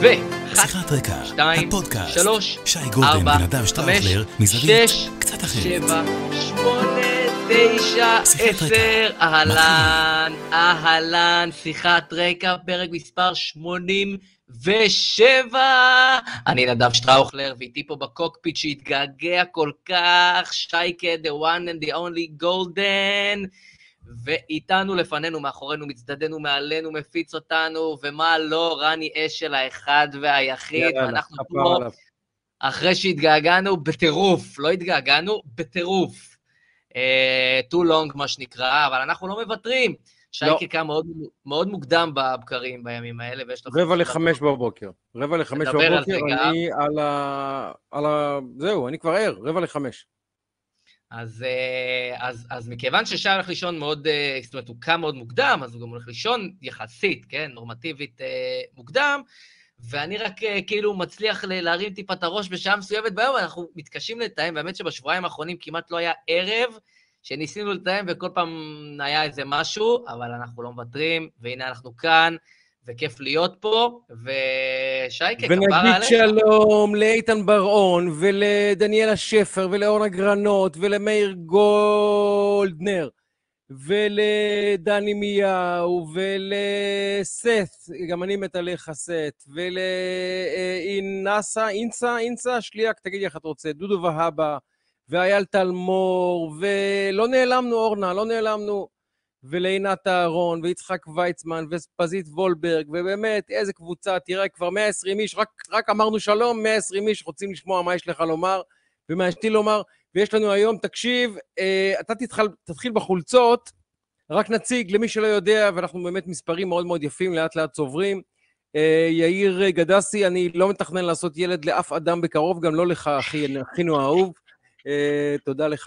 שיחת רקע, שתיים, הפודקאסט, שלוש, שי גולדן ארבע, ונדב שטראוכלר, חמש, מזווית שש, קצת אחרת. 7, 8, 9, שיחת רקע, 10, אהלן, שיחת רקע, פרק מספר 87. אני נדב שטראוכלר, ואיתי פה בקוקפיט שהתגעגע כל כך, שייקה, the one and the only golden, ואיתנו לפנינו, מאחורינו, מצדדנו, מעלינו, מפיץ אותנו, ומה לא, רני אשל האחד והיחיד, ואנחנו פה, אחרי שהתגעגענו בטירוף, לא התגעגענו, בטירוף. too long מה שנקרא, אבל אנחנו לא מוותרים. שייקה קם מאוד מוקדם בבקרים בימים האלה, ויש לך... 4:45 בבוקר. 4:45 בבוקר, אני זהו, אני כבר ער, 4:45. אז מכיוון ששי הולך לישון מאוד, זאת אומרת, הוא קם מאוד מוקדם, אז הוא גם הולך לישון יחסית, כן, נורמטיבית מוקדם, ואני רק כאילו מצליח להרים טיפה את הראש בשעה מסוימת ביום, אנחנו מתקשים לתאם, באמת שבשבועיים האחרונים כמעט לא היה ערב, שניסינו לתאם וכל פעם היה איזה משהו, אבל אנחנו לא מוותרים, והנה אנחנו כאן, וכיף להיות פה, ושייקה, כפרה עליך. ונגיד שלום לאיתן בר-און, ולדניאלה שפר, ולאורנה גרנות, ולמאיר גולדנר, ולדני מיהו, ולסת, גם אני מת עליך סת, אינסה, שליאק, תגידי איך את רוצה, דודו והבא, ואייל תלמור, ולא נעלמנו אורנה, לא נעלמנו, ולעינת אהרון, ויצחק ויצמן, וספזית וולברג, ובאמת, איזה קבוצה, תראה, כבר 120 איש, רק אמרנו שלום, 120 איש רוצים לשמוע מה יש לך לומר, ומה יש לי לומר, ויש לנו היום, תקשיב, אתה תתחיל בחולצות, רק נציג למי שלא יודע, ואנחנו באמת מספרים מאוד מאוד יפים, לאט לאט צוברים, יאיר גדסי, אני לא מתכנן לעשות ילד לאף אדם בקרוב, גם לא לך, אחינו האהוב, תודה לך.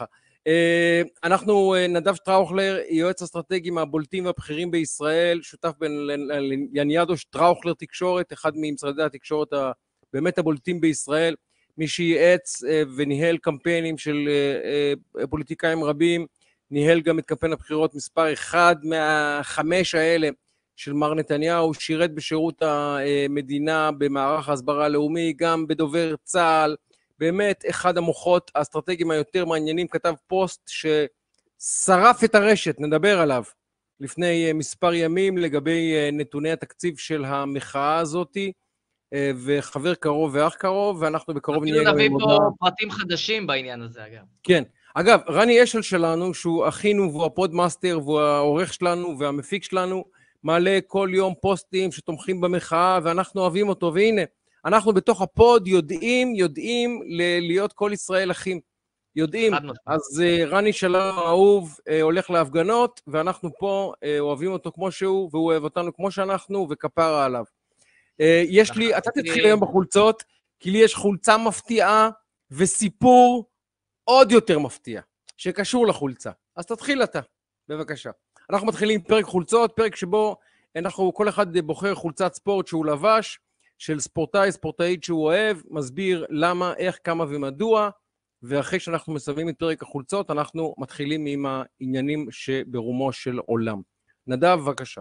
אנחנו נדב שטראוכלר, יועץ אסטרטגי מהבולטים והבכירים בישראל, שותף בין יניאדו שטראוכלר תקשורת, אחד ממשרדי התקשורת באמת הבולטים בישראל, מי שייעץ וניהל קמפיינים של פוליטיקאים רבים, ניהל גם את קמפיין הבחירות מספר אחד מהחמש האלה של מר נתניהו, שירת בשירות המדינה במערך ההסברה הלאומי, גם בדובר צה"ל, באמת אחד המוחות האסטרטגיים היותר מעניינים, כתב פוסט ששרף את הרשת, נדבר עליו, לפני מספר ימים לגבי נתוני התקציב של המחאה הזאת, וחבר קרוב ואח קרוב, ואנחנו בקרוב נהיה גם... אפילו נביא פה פרטים חדשים בעניין הזה, אגב. כן. אגב, רני אשל שלנו, שהוא אחינו והוא הפודמאסטר, והוא העורך שלנו והמפיק שלנו, מעלה כל יום פוסטים שתומכים במחאה, ואנחנו אוהבים אותו, והנה, אנחנו בתוך הפוד יודעים להיות כל ישראל אחים. יודעים. אז רני שלנו האהוב הולך להפגנות, ואנחנו פה אוהבים אותו כמו שהוא, והוא אוהב אותנו כמו שאנחנו, וכפרה עליו. יש לי, אתה תתחיל היום בחולצות, כי לי יש חולצה מפתיעה, וסיפור עוד יותר מפתיע, שקשור לחולצה. אז תתחיל אתה, בבקשה. אנחנו מתחילים פרק חולצות, פרק שבו כל אחד בוחר חולצת ספורט שהוא לבש, של ספורטאית שהוא אוהב, מסביר למה, איך, כמה ומדוע, ואחרי שאנחנו מסיימים את פרק החולצות, אנחנו מתחילים עם העניינים שברומו של עולם. נדב, בבקשה.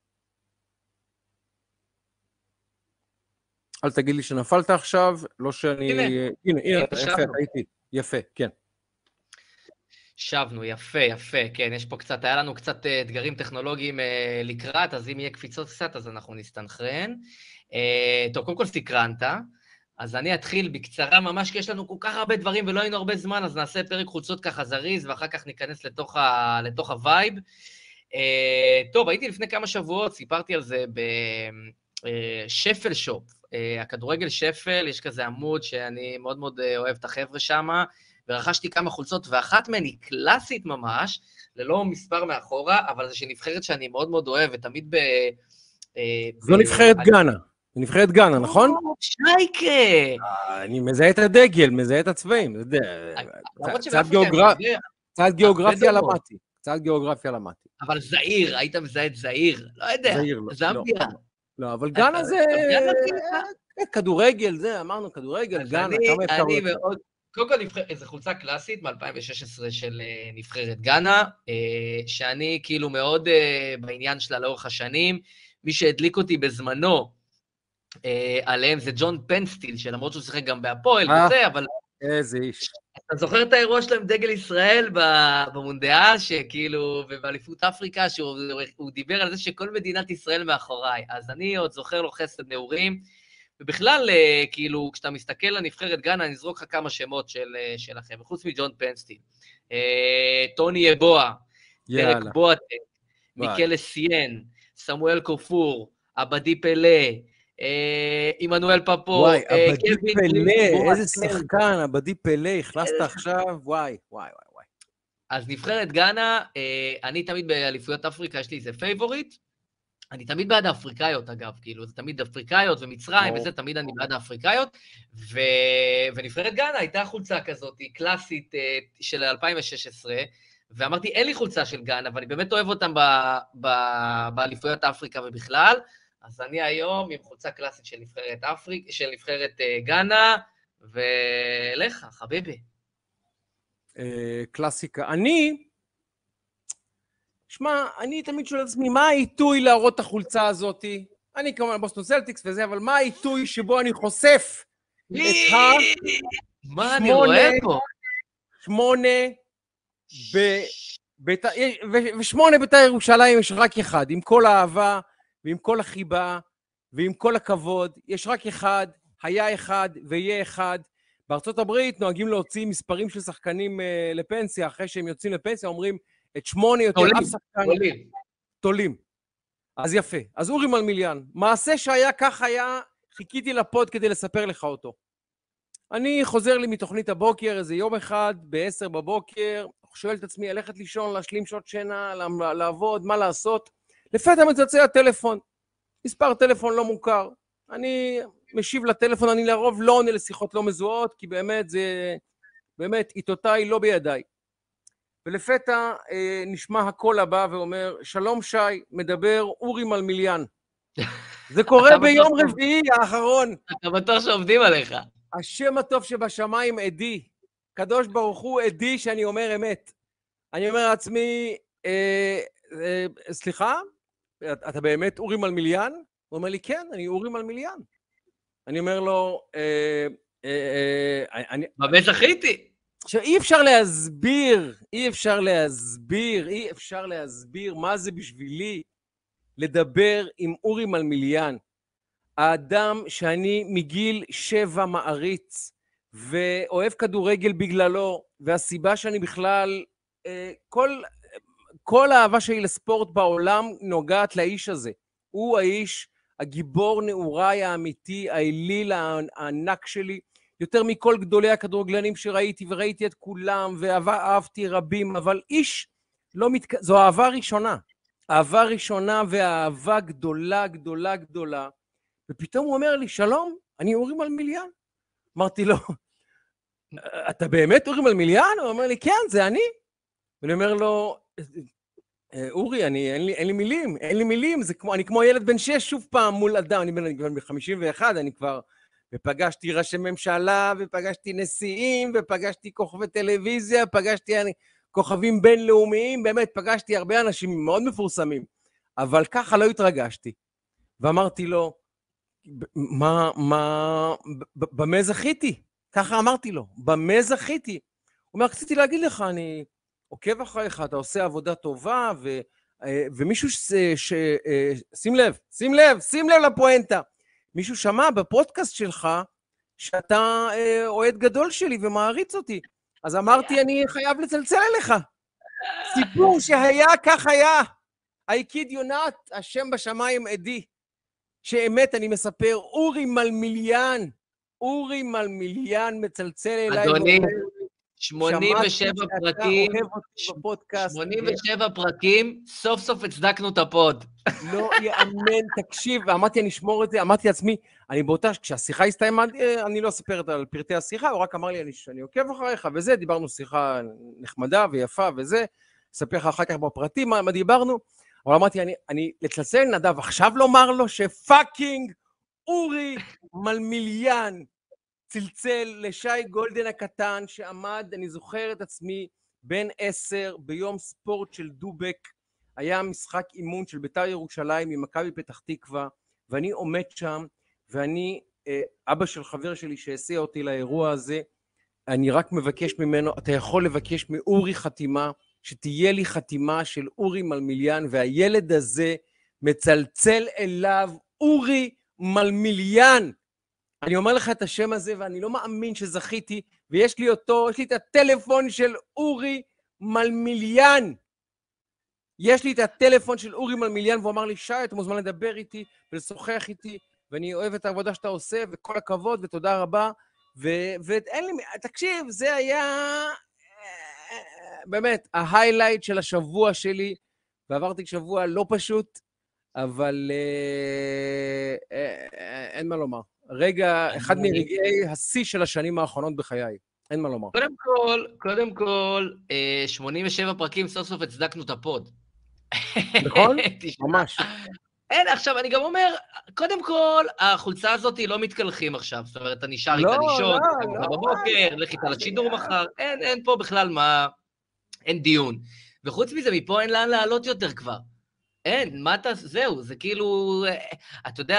אל תגיד לי שנפלת עכשיו, לא שאני... הנה, יפה, הייתי. יפה, כן. שבנו, יפה, כן, יש פה קצת, היה לנו קצת אתגרים טכנולוגיים לקראת, אז אם יהיה קפיצות קצת, אז אנחנו נסתנכרן. טוב, קודם כל סקרנת, אז אני אתחיל בקצרה ממש, כי יש לנו כל כך הרבה דברים ולא היינו הרבה זמן, אז נעשה פרק חולצות ככה זריז, ואחר כך ניכנס לתוך הווייב. טוב, הייתי לפני כמה שבועות, סיפרתי על זה בשפל שופ, הכדורגל שפל, יש כזה עמוד שאני מאוד מאוד אוהב את החבר'ה שם, ורכשתי כמה חולצות, ואחת מהן היא קלאסית ממש, ללא מספר מאחורה, אבל זה שנבחרת שאני מאוד מאוד אוהב, ותמיד זו נבחרת גאנה. זה נבחרת גאנה, נכון? שייקה! אני מזהה את הדגל, מזהה את הצבעים. קצת גיאוגרפיה למדתי. קצת גיאוגרפיה למדתי. אבל זעיר, היית מזהה את זעיר. לא יודע, זמביה. לא, אבל גאנה זה... כדורגל, זה, אמרנו כדורגל, גאנה, כמה אפשר... אני מאוד... קודם כל, זו חולצה קלאסית מ-2016 של נבחרת גאנה, שאני כאילו מאוד בעניין שלה לאורך השנים, מי שהדליק אותי בזמנו, עליהם זה ג'ון פנסטיל, שלמרות שהוא שיחק גם בהפועל וזה, אבל... איזה איש. אתה זוכר את האירוע שלו עם דגל ישראל במונדיאל, שכאילו, ובאליפות אפריקה, שהוא דיבר על זה שכל מדינת ישראל מאחוריי. אז אני עוד זוכר לו חסד נעורים, ובכלל, כאילו, כשאתה מסתכל על נבחרת גאנה, אני אזרוק לך כמה שמות שלכם, וחוץ מג'ון פנסטיל. טוני אבואה, דרק בואטה, מיקל אסיין, סמואל קופור, עבדי פלה, עמנואל פפו, וואי, עבדי פלה, איזה שחקן, עבדי פלה, הכנסת עכשיו, וואי. אז נבחרת גאנה, אני תמיד באליפויות אפריקה, יש לי איזה פייבוריט, אני תמיד בעד האפריקאיות, אגב, כאילו, זה תמיד אפריקאיות ומצרים, וזה תמיד אני בעד האפריקאיות, ונבחרת גאנה הייתה חולצה כזאת, קלאסית של 2016, ואמרתי, אין לי חולצה של גאנה, אבל אני באמת אוהב אותם באליפויות אפריקה ובכלל, אז אני היום עם חולצה קלאסית של נבחרת גאנה, ולך, חביבי. קלאסיקה. אני תמיד שואל את עצמי, מה העיתוי להראות את החולצה הזאת? אני כמובן בוסטון סלטיקס וזה, אבל מה העיתוי שבו אני חושף את מה אני רואה פה? 8 בית"ר ירושלים יש רק אחד, עם כל האהבה ועם כל החיבה ועם כל הכבוד, יש רק אחד, היה אחד ויהיה אחד. בארצות הברית נוהגים להוציא מספרים של שחקנים לפנסיה, אחרי שהם יוצאים לפנסיה אומרים את 8 יותר אף שחקן. תולים. אז יפה. אז אורי מלמיליאן, מעשה שהיה כך היה, חיכיתי לפוד כדי לספר לך אותו. אני חוזר לי מתוכנית הבוקר, איזה יום אחד, ב-10 בבוקר, שואל את עצמי, ללכת לישון, להשלים שעות שינה, לעבוד, מה לעשות? לפתע מצלצל הטלפון, מספר טלפון לא מוכר. אני משיב לטלפון, אני לרוב לא עונה לשיחות לא מזוהות, כי באמת, עיתותיי לא בידיי. ולפתע נשמע הקול הבא ואומר, שלום שי, מדבר אורי מלמיליאן. זה קורה ביום רביעי האחרון. אתה בטוח שעובדים עליך. השם הטוב שבשמיים עדי, קדוש ברוך הוא עדי שאני אומר אמת. אני אומר לעצמי, סליחה, אתה באמת אורי מלמיליאן? הוא אומר לי, כן, אני אורי מלמיליאן. אני אומר לו, במה זכיתי? עכשיו, אי אפשר להסביר מה זה בשבילי לדבר עם אורי מלמיליאן. האדם שאני מגיל 7 מעריץ, ואוהב כדורגל בגללו, והסיבה שאני בכלל, כל האהבה שלי לספורט בעולם נוגעת לאיש הזה. הוא האיש, הגיבור נעוריי האמיתי, האליל הענק שלי, יותר מכל גדולי הכדורגלנים שראיתי, וראיתי את כולם, ואהבתי רבים, אבל איש זו אהבה ראשונה. אהבה ראשונה ואהבה גדולה, גדולה, גדולה. ופתאום הוא אומר לי, שלום, אני אורי מלמיליאן. אמרתי לו, אתה באמת אורי מלמיליאן? הוא אומר לי, כן, זה אני. ואני אומר לו, אורי, אין לי מילים, אני כמו ילד בן 6 שוב פעם מול אדם, אני בן 51, אני כבר, ופגשתי ראשי ממשלה, ופגשתי נשיאים, ופגשתי כוכבי טלוויזיה, פגשתי כוכבים בינלאומיים, באמת פגשתי הרבה אנשים מאוד מפורסמים, אבל ככה לא התרגשתי. ואמרתי לו, במה זכיתי? ככה אמרתי לו, במה זכיתי? הוא אומר, רציתי להגיד לך, אני עוקב אחריך, אתה עושה עבודה טובה, ומישהו שים לב לפואנטה. מישהו שמע בפודקאסט שלך, שאתה אוהד גדול שלי ומעריץ אותי. אז אמרתי, אני חייב לצלצל אליך. סיפור שהיה, כך היה. I kid you not, השם בשמיים עדי. שאמת אני מספר, אורי מלמיליאן מצלצל אליי. אדוני, 87 פרקים, 87 פרקים, סוף סוף הצדקנו את הפוד. לא יאמן, תקשיב, ואמרתי, אני אשמור את זה, אמרתי לעצמי, כשהשיחה הסתיימה, אני לא אספר על פרטי השיחה, הוא רק אמר לי, אני עוקב אחריך, וזה, דיברנו שיחה נחמדה ויפה, וזה, אספר לך אחר כך בפרטים מה דיברנו, אבל אמרתי, אני לצלצל נדב, עכשיו לומר לו שפאקינג אורי מלמיליאן צלצל לשי גולדן הקטן, שעמד, אני זוכר את עצמי, בן 10 ביום ספורט של דובק, היה משחק אימון של בית"ר ירושלים ממכבי פתח תקווה, ואני עומד שם, ואני, אבא של חבר שלי שהסיע אותי לאירוע הזה, אני רק מבקש ממנו, אתה יכול לבקש מאורי חתימה, שתהיה לי חתימה של אורי מלמיליאן, והילד הזה מצלצל אליו, אורי מלמיליאן. אני אומר לך את השם הזה, ואני לא מאמין שזכיתי, ויש לי אותו, יש לי את הטלפון של אורי מלמיליאן. יש לי את הטלפון של אורי מלמיליאן, והוא אמר לי, שי, אתה מוזמן לדבר איתי ולשוחח איתי, ואני אוהב את העבודה שאתה עושה, וכל הכבוד, ותודה רבה. ואין לי, תקשיב, זה היה באמת ההיילייט של השבוע שלי, ועברתי שבוע לא פשוט, אבל אין מה לומר. רגע, אחד מרגעי השיא של השנים האחרונות בחיי. אין מה לומר. קודם כל, 87 פרקים, סוף סוף הצדקנו את הפוד. נכון? ממש. אין, עכשיו, אני גם אומר, קודם כל, החולצה הזאת לא מתקלחים עכשיו. זאת אומרת, אתה נשאר איתה לישון, אתה בבוקר, לך איתה לשידור מחר. אין פה בכלל מה, אין דיון. וחוץ מזה, מפה אין לאן לעלות יותר כבר. אין, מה אתה, זהו, זה כאילו, אתה יודע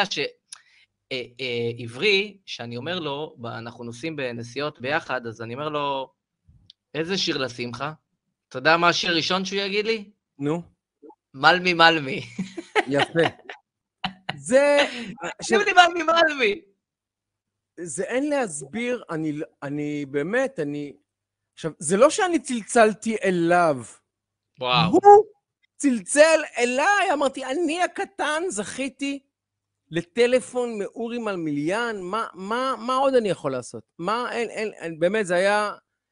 עברי, שאני אומר לו, אנחנו נוסעים בנסיעות ביחד, אז אני אומר לו, איזה שיר לשים לך? אתה יודע מה השיר הראשון שהוא יגיד לי? נו. מלמי מלמי. יפה. זה... תקשיב לי מלמי מלמי. זה אין להסביר, אני באמת, עכשיו, זה לא שאני צלצלתי אליו. וואו. הוא צלצל אליי, אמרתי, אני הקטן זכיתי לטלפון מאורי מלמיליאן, מה עוד אני יכול לעשות? באמת, זה היה...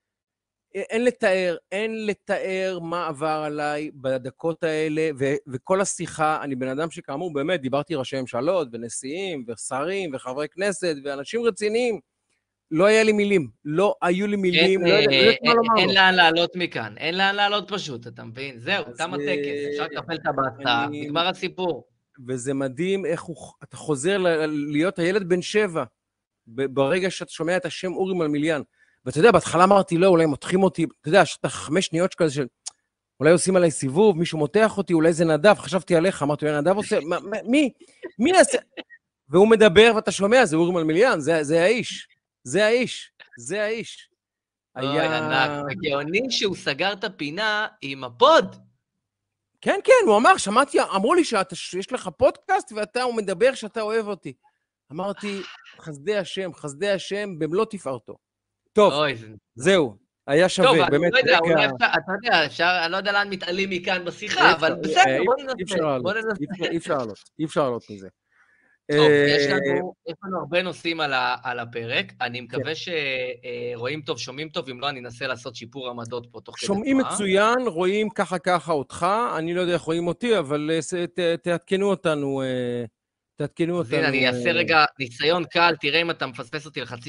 אין לתאר מה עבר עליי בדקות האלה, וכל השיחה, אני בן אדם שכאמור, באמת, דיברתי ראשי ממשלות, ונשיאים, ושרים, וחברי כנסת, ואנשים רציניים, לא היה לי מילים, לא היו לי מילים, לא יודעת מה לומר. אין לאן לעלות מכאן, אין לאן לעלות פשוט, אתה מבין? זהו, תם הטקס, אפשר לקפל את הבטה, נגמר הסיפור. וזה מדהים איך אתה חוזר להיות הילד בן 7, ברגע שאתה שומע את השם אורי מלמיליאן. ואתה יודע, בהתחלה אמרתי, לא, אולי מותחים אותי, אתה יודע, שאתה 5 שניות כזה של, אולי עושים עליי סיבוב, מישהו מותח אותי, אולי זה נדב, חשבתי עליך, אמרתי, נדב עושה, מי יעשה? והוא מדבר, ואתה שומע, זה אורי מלמיליאן, זה האיש, זה האיש, זה האיש. אוי, ענק, הגאוני שהוא סגר את הפינה עם הפוד. כן, הוא אמר, שמעתי, אמרו לי שיש לך פודקאסט, הוא מדבר שאתה אוהב אותי. אמרתי, חסדי השם, במלוא תפארתו. טוב, זהו, היה שווה, טוב, באמת. טוב, אתה יודע, אני לא יודע לאן מתעלים מכאן בשיחה, אבל בסדר, בוא ננסה. אי אפשר לעלות מזה. טוב, יש לנו הרבה נושאים על הפרק, אני מקווה שרואים טוב, שומעים טוב, אם לא, אני אנסה לעשות שיפור עמדות פה תוך כדי תנועה. שומעים מצוין, רואים ככה אותך, אני לא יודע איך רואים אותי, אבל תעדכנו אותנו. אז הנה, אני אעשה רגע ניסיון קל, תראה אם אתה מפספס אותי לחצי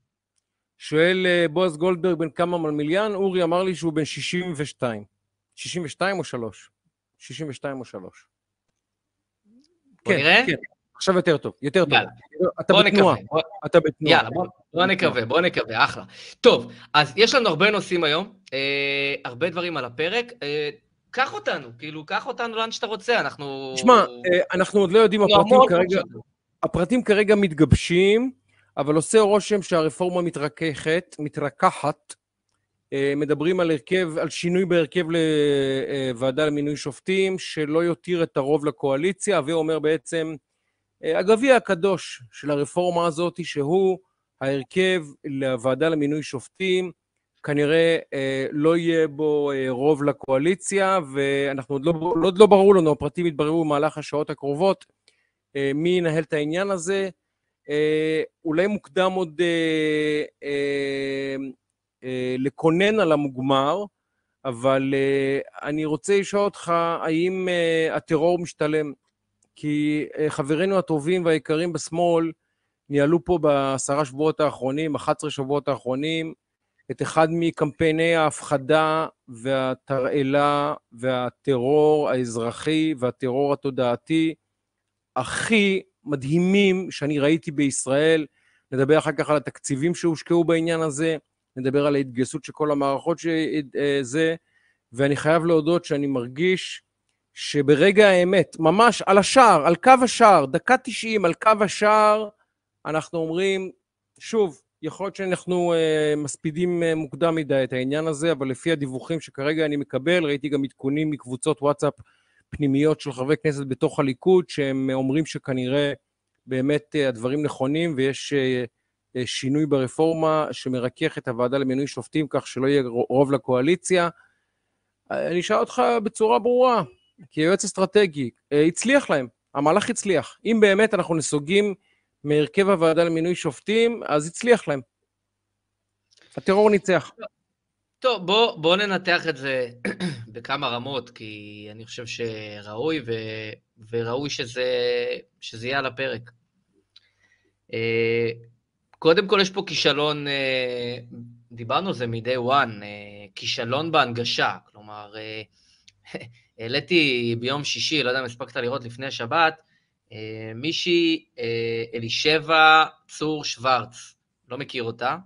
שואל בועז גולדברג בן כמה מלמיליאן, אורי אמר לי שהוא בן 62. 62 או 3? 62 או 3. בוא נראה? כן, עכשיו יותר טוב. יאללה, בוא נקווה. אתה בתנועה. יאללה, בוא נקווה, אחלה. טוב, אז יש לנו הרבה נושאים היום, הרבה דברים על הפרק. קח אותנו לאן שאתה רוצה, אנחנו... תשמע, אנחנו עוד לא יודעים, הפרטים כרגע מתגבשים, אבל עושה רושם שהרפורמה מתרקחת, מדברים על שינוי בהרכב לוועדה למינוי שופטים, שלא יותיר את הרוב לקואליציה, ואומר בעצם, הגביע הקדוש של הרפורמה הזאת, שהוא ההרכב לוועדה למינוי שופטים, כנראה לא יהיה בו רוב לקואליציה, ואנחנו עוד לא ברור לנו, הפרטים יתבררו במהלך השעות הקרובות, מי ינהל את העניין הזה, אולי מוקדם עוד לקונן על המוגמר, אבל אני רוצה לשאול אותך, האם הטרור משתלם? כי חברינו הטובים והיקרים בשמאל, ניהלו פה ב10 שבועות האחרונים, 11 שבועות האחרונים, את אחד מקמפייני ההפחדה והתרעלה והטרור האזרחי והטרור התודעתי, הכי מדהימים שאני ראיתי בישראל. נדבר אחר כך על התקציבים שהושקעו בעניין הזה, נדבר על ההתגייסות של כל המערכות שזה, ואני חייב להודות שאני מרגיש שברגע האמת, ממש על השער, על קו השער, דקה 90 על קו השער, אנחנו אומרים, שוב, יכול להיות שאנחנו מספידים מוקדם מדי את העניין הזה, אבל לפי הדיווחים שכרגע אני מקבל, ראיתי גם עדכונים מקבוצות וואטסאפ פנימיות של חברי כנסת בתוך הליכוד, שהם אומרים שכנראה באמת הדברים נכונים, ויש שינוי ברפורמה שמרכך את הוועדה למינוי שופטים, כך שלא יהיה רוב לקואליציה. אני אשאל אותך בצורה ברורה, כיועץ אסטרטגי, הצליח להם, המהלך הצליח. אם באמת אנחנו נסוגים מהרכב הוועדה למינוי שופטים, אז הצליח להם. הטרור ניצח. טוב, בוא ננתח את זה בכמה רמות, כי אני חושב שראוי וראוי שזה יהיה על הפרק. קודם כל יש פה כישלון, דיברנו על זה מ-day one, כישלון בהנגשה, כלומר, העליתי ביום שישי, לא יודע אם הספקת לראות לפני השבת, מישהי אלישבע צור שוורץ, לא מכיר אותה,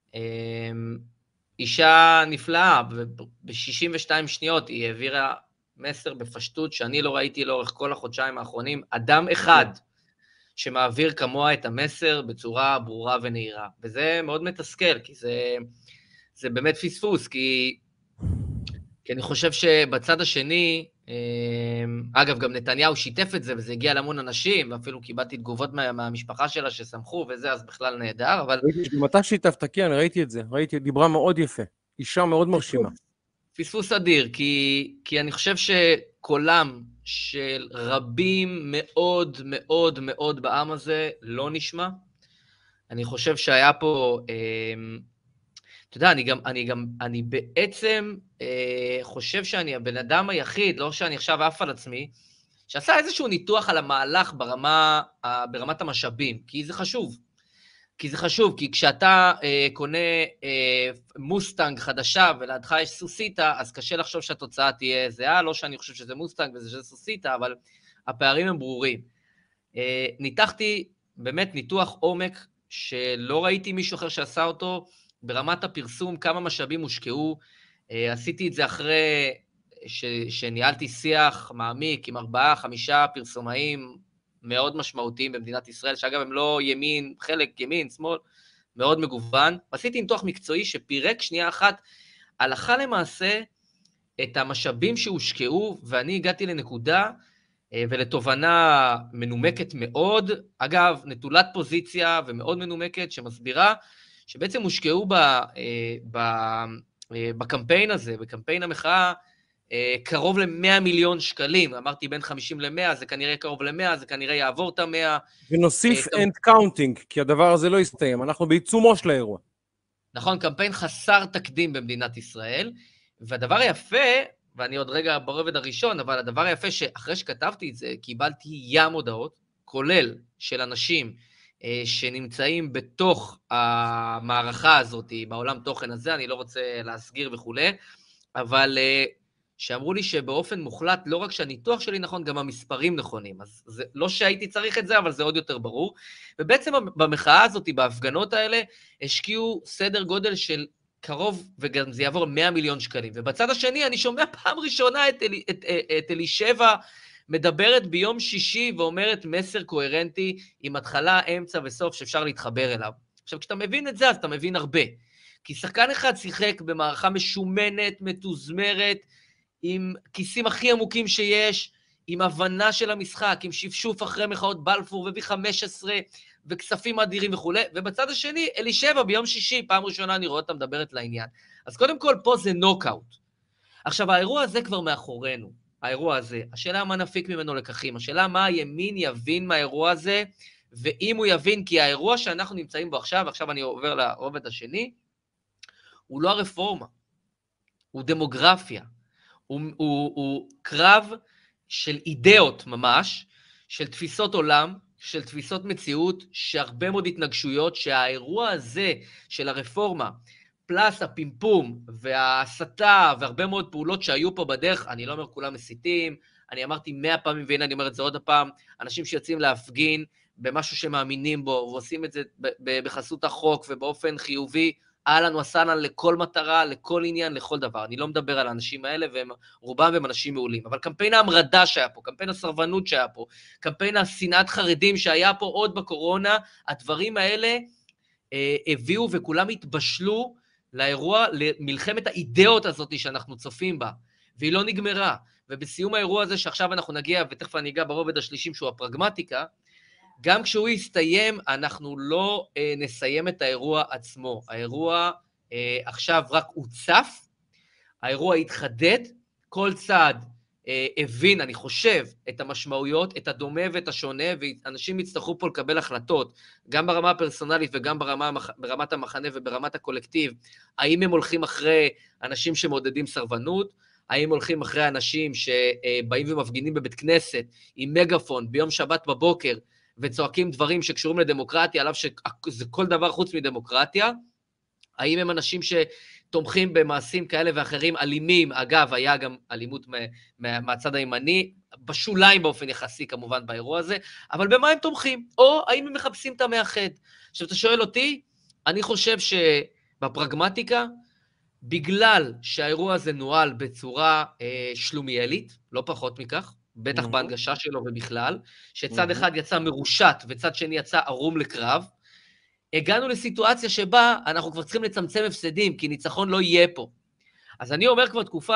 אישה נפלאה, ב-62 שניות היא העבירה מסר בפשטות שאני לא ראיתי לאורך כל החודשיים האחרונים, אדם אחד שמעביר כמוה את המסר בצורה ברורה ונהירה, וזה מאוד מתסכל, כי זה באמת פספוס, כי אני חושב שבצד השני, אגב, גם נתניהו שיתף את זה, וזה הגיע להמון אנשים, ואפילו קיבלתי תגובות מהמשפחה שלה ששמחו וזה, אז בכלל נהדר, אבל... גם אתה שיתפת, כן, ראיתי את זה, דיברה מאוד יפה, אישה מאוד מרשימה. פספוס אדיר, כי אני חושב שקולם של רבים מאוד מאוד מאוד בעם הזה לא נשמע. אני חושב שהיה פה... אתה יודע, אני בעצם חושב שאני הבן אדם היחיד, לא שאני עכשיו עף על עצמי, שעשה איזשהו ניתוח על המהלך ברמת המשאבים, כי זה חשוב. כי כשאתה קונה מוסטנג חדשה ולידך יש סוסיטה, אז קשה לחשוב שהתוצאה תהיה זהה, לא שאני חושב שזה מוסטנג וזה סוסיטה, אבל הפערים הם ברורים. ניתחתי באמת ניתוח עומק שלא ראיתי מישהו אחר שעשה אותו, ברמת הפרסום, כמה משאבים הושקעו, עשיתי את זה אחרי שניהלתי שיח מעמיק עם 4-5 פרסומאים מאוד משמעותיים במדינת ישראל, שאגב הם לא ימין, חלק ימין, שמאל, מאוד מגוון, עשיתי ניתוח מקצועי שפירק שנייה אחת, הלכה למעשה את המשאבים שהושקעו, ואני הגעתי לנקודה ולתובנה מנומקת מאוד, אגב, נטולת פוזיציה ומאוד מנומקת, שמסבירה שבעצם הושקעו בקמפיין הזה, בקמפיין המחאה, קרוב ל100 מיליון שקלים, אמרתי בין 50 ל100, זה כנראה קרוב ל100, זה כנראה יעבור את ה100. ונוסיף end counting, כי הדבר הזה לא יסתיים, אנחנו בעיצומו של האירוע. נכון, קמפיין חסר תקדים במדינת ישראל, והדבר היפה, ואני עוד רגע ברובד הראשון, אבל הדבר היפה שאחרי שכתבתי את זה, קיבלתי ים הודעות, כולל של אנשים שנמצאים בתוך המערכה הזאת, בעולם תוכן הזה, אני לא רוצה להסגיר וכו', אבל שאמרו לי שבאופן מוחלט, לא רק שהניתוח שלי נכון, גם המספרים נכונים. אז זה, לא שהייתי צריך את זה, אבל זה עוד יותר ברור. ובעצם במחאה הזאת, בהפגנות האלה, השקיעו סדר גודל של קרוב, וגם זה יעבור 100 מיליון שקלים. ובצד השני, אני שומע פעם ראשונה את אלישבע מדברת ביום שישי, ואומרת מסר קוהרנטי, עם התחלה, אמצע וסוף, שאפשר להתחבר אליו. עכשיו, כשאתה מבין את זה, אז אתה מבין הרבה. כי שחקן אחד שיחק במערכה משומנת, מתוזמרת, עם כיסים הכי עמוקים שיש, עם הבנה של המשחק, עם שפשוף אחרי מחאות בלפור וב-15, וכספים אדירים וכו'. ובצד השני, אלישבע ביום שישי, פעם ראשונה אני רואה אותה מדברת לעניין. אז קודם כל, פה זה נוקאוט. עכשיו, האירוע הזה כבר מאחורינו, האירוע הזה. השאלה מה נפיק ממנו לקחים, השאלה מה הימין יבין מהאירוע הזה, ואם הוא יבין, כי האירוע שאנחנו נמצאים בו עכשיו, עכשיו אני עובר לרובד השני, הוא לא הרפורמה, הוא דמוגרפיה. הוא קרב של אידאות ממש, של תפיסות עולם, של תפיסות מציאות, שהרבה מאוד התנגשויות, שהאירוע הזה של הרפורמה, פלס הפימפום וההסתה והרבה מאוד פעולות שהיו פה בדרך, אני לא אומר כולם מסיתים, אני אמרתי 100 פעמים, והנה אני אומר את זה עוד הפעם, אנשים שיוצאים להפגין במשהו שמאמינים בו, ועושים את זה בחסות החוק ובאופן חיובי, אהלן וסהלן לכל מטרה, לכל עניין, לכל דבר. אני לא מדבר על האנשים האלה, ורובם הם אנשים מעולים. אבל קמפיין ההמרדה שהיה פה, קמפיין הסרבנות שהיה פה, קמפיין השנאת חרדים שהיה פה עוד בקורונה, הדברים האלה הביאו וכולם התבשלו לאירוע, למלחמת האידאות הזאת שאנחנו צופים בה, והיא לא נגמרה. ובסיום האירוע הזה שעכשיו אנחנו נגיע, ותכף אני אגע ברובד השלישי שהוא הפרגמטיקה, גם כשהוא יסתיים, אנחנו לא נסיים את האירוע עצמו. האירוע עכשיו רק הוצף, האירוע התחדד, כל צד הבין, אני חושב, את המשמעויות, את הדומה ואת השונה, ואנשים יצטרכו פה לקבל החלטות, גם ברמה הפרסונלית וגם ברמת המחנה וברמת הקולקטיב, האם הם הולכים אחרי אנשים שמעודדים סרבנות, האם הולכים אחרי אנשים שבאים ומפגינים בבית כנסת עם מגפון ביום שבת בבוקר, וצועקים דברים שקשורים לדמוקרטיה, עליו שזה כל דבר חוץ מדמוקרטיה, האם הם אנשים שתומכים במעשים כאלה ואחרים, אלימים, אגב, היה גם אלימות מהצד הימני, בשוליים באופן יחסי כמובן באירוע הזה, אבל במה הם תומכים? או האם הם מחפשים את המאחד? עכשיו, אתה שואל אותי, אני חושב שבפרגמטיקה, בגלל שהאירוע הזה נועל בצורה שלומיאלית, לא פחות מכך, בטח בהנגשה שלו ובכלל, שצד אחד יצא מרושת וצד שני יצא ערום לקרב, הגענו לסיטואציה שבה אנחנו כבר צריכים לצמצם הפסדים, כי ניצחון לא יהיה פה. אז אני אומר כבר תקופה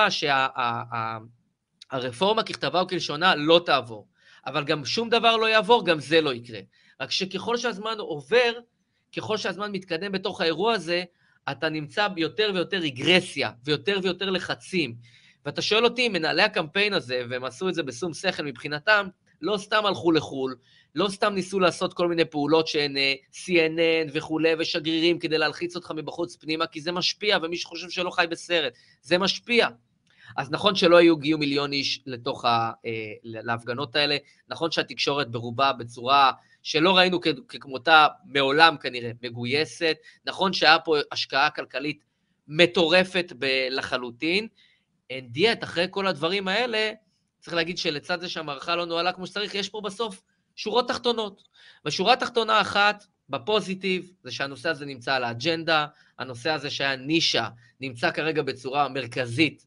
שהרפורמה ככתבה וכלשונה לא תעבור, אבל גם שום דבר לא יעבור, גם זה לא יקרה. רק שככל שהזמן עובר, ככל שהזמן מתקדם בתוך האירוע הזה, אתה נמצא ביותר ויותר רגרסיה, ויותר ויותר לחצים. ואתה שואל אותי, מנהלי הקמפיין הזה, והם עשו את זה בשום שכל מבחינתם, לא סתם הלכו לחול, לא סתם ניסו לעשות כל מיני פעולות שהן CNN וכו' ושגרירים כדי להלחיץ אותך מבחוץ פנימה, כי זה משפיע, ומי שחושב שלא חי בסרט, זה משפיע. אז נכון שלא הגיעו מיליון איש לתוך להפגנות האלה, נכון שהתקשורת ברובה בצורה שלא ראינו ככמותה מעולם כנראה מגויסת, נכון שהיה פה השקעה כלכלית מטורפת לחלוטין, אין דיאט, אחרי כל הדברים האלה, צריך להגיד שלצד זה שהמערכה לא נועלה כמו שצריך, יש פה בסוף שורות תחתונות. בשורה התחתונה אחת, בפוזיטיב, זה שהנושא הזה נמצא על האג'נדה, הנושא הזה שהיה נישה, נמצא כרגע בצורה מרכזית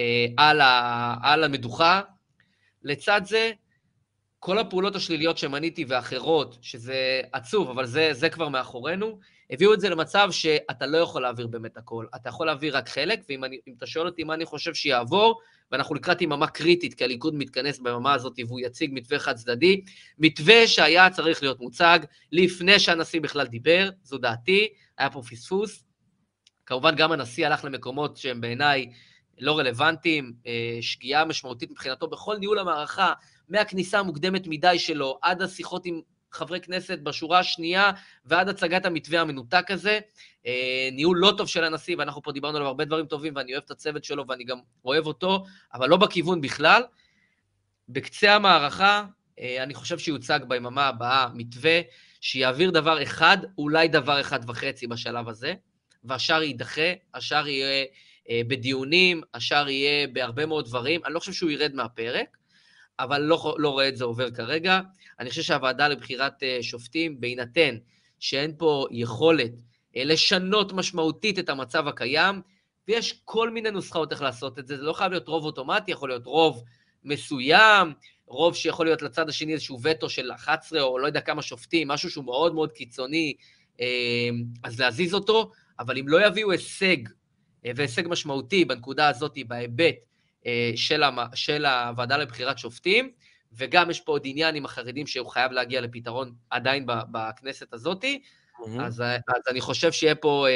על המדוכה. לצד זה, כל הפעולות השליליות שמניתי ואחרות, שזה עצוב, אבל זה כבר מאחורינו, הביאו את זה למצב שאתה לא יכול להעביר באמת הכל, אתה יכול להעביר רק חלק, ואם אתה שואל אותי מה אני חושב שיעבור, ואנחנו לקראת יממה קריטית, כי הליכוד מתכנס ביממה הזאת, והוא יציג מתווה חד צדדי, מתווה שהיה צריך להיות מוצג, לפני שהנשיא בכלל דיבר, זו דעתי, היה פה פספוס, כמובן גם הנשיא הלך למקומות שהם בעיניי לא רלוונטיים, שגיאה משמעותית מבחינתו בכל ניהול המערכה, מהכניסה המוקדמת מדי שלו, עד השיחות עם חברי כנסת בשורה השנייה, ועד הצגת המתווה המנותק הזה, ניהול לא טוב של הנשיא, ואנחנו פה דיברנו עליו הרבה דברים טובים, ואני אוהב את הצוות שלו, ואני גם אוהב אותו, אבל לא בכיוון בכלל. בקצה המערכה, אני חושב שיוצג ביממה הבאה מתווה, שיעביר דבר אחד, אולי דבר אחד וחצי בשלב הזה, והשאר יידחה, השאר יהיה בדיונים, השאר יהיה בהרבה מאוד דברים, אני לא חושב שהוא ירד מהפרק, אבל לא רואה את זה עובר כרגע. אני חושב שהוועדה לבחירת שופטים, בהינתן שאין פה יכולת לשנות משמעותית את המצב הקיים, ויש כל מיני נוסחאות איך לעשות את זה, זה לא חייב להיות רוב אוטומטי, יכול להיות רוב מסוים, רוב שיכול להיות לצד השני איזשהו וטו של 11 או לא יודע כמה שופטים, משהו שהוא מאוד מאוד קיצוני, אז להזיז אותו, אבל אם לא יביאו הישג, והישג משמעותי בנקודה הזאת, בהיבט של הוועדה לבחירת שופטים, וגם יש פה עוד עניין עם החרדים שהוא חייב להגיע לפתרון עדיין בכנסת הזאת, אז אני חושב שיהיה פה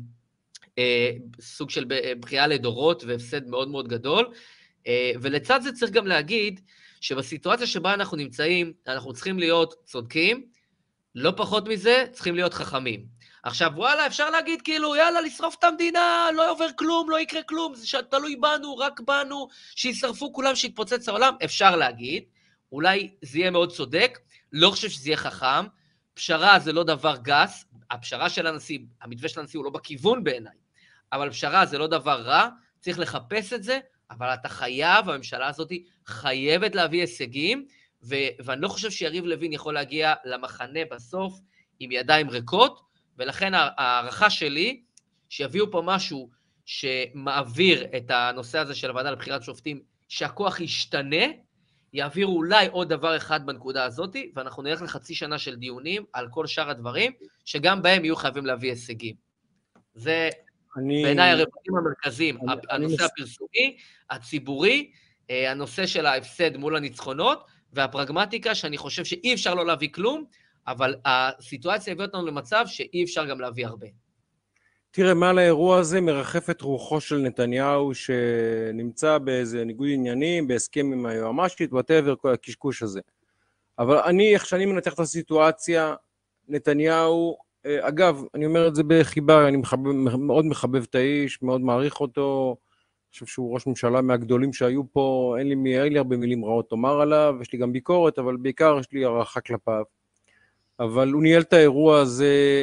סוג של בחירה לדורות והפסד מאוד מאוד גדול, ולצד זה צריך גם להגיד שבסיטואציה שבה אנחנו נמצאים, אנחנו צריכים להיות צודקים, לא פחות מזה, צריכים להיות חכמים. עכשיו, וואלה, אפשר להגיד כאילו, יאללה, לשרוף את המדינה, לא עובר כלום, לא יקרה כלום, זה תלוי בנו, רק בנו, שישרפו כולם, שיתפוצץ העולם, אפשר להגיד, אולי זה יהיה מאוד צודק, לא חושב שזה יהיה חכם, פשרה זה לא דבר גס, הפשרה של הנשיא, המתווה של הנשיא הוא לא בכיוון בעיניי, אבל פשרה זה לא דבר רע, צריך לחפש את זה, אבל אתה חייב, הממשלה הזאת חייבת להביא הישגים, ואני לא חושב שיריב לוין יכול להגיע למחנה בסוף עם ידיים ריקות, ולכן הערכה שלי, שיביאו פה משהו שמעביר את הנושא הזה של הוועדה לבחירת שופטים, שהכוח ישתנה, יעבירו אולי עוד דבר אחד בנקודה הזאת, ואנחנו נלך לחצי שנה של דיונים על כל שאר הדברים, שגם בהם יהיו חייבים להביא הישגים. זה בעיניי הרבדים המרכזיים, הנושא הפרסומי, הציבורי, הנושא של ההפסד מול הניצחונות, והפרגמטיקה שאני חושב שאי אפשר לא להביא כלום, אבל הסיטואציה הביא אותנו למצב שאי אפשר גם להביא הרבה. תראה, מעל האירוע הזה מרחפת רוחו של נתניהו, שנמצא באיזה ניגוד עניינים, בהסכם עם היועמ"שית, whatever, כל הקשקוש הזה. אבל איך שאני מנתח את הסיטואציה, נתניהו, אגב, אני אומר את זה בחיבה, אני מאוד מחבב את האיש, מאוד מעריך אותו, אני חושב שהוא ראש ממשלה מהגדולים שהיו פה, אין לי הרבה מילים רעות לומר עליו, יש לי גם ביקורת, אבל בעיקר יש לי הערכה כלפיו. אבל הוא ניהל את האירוע הזה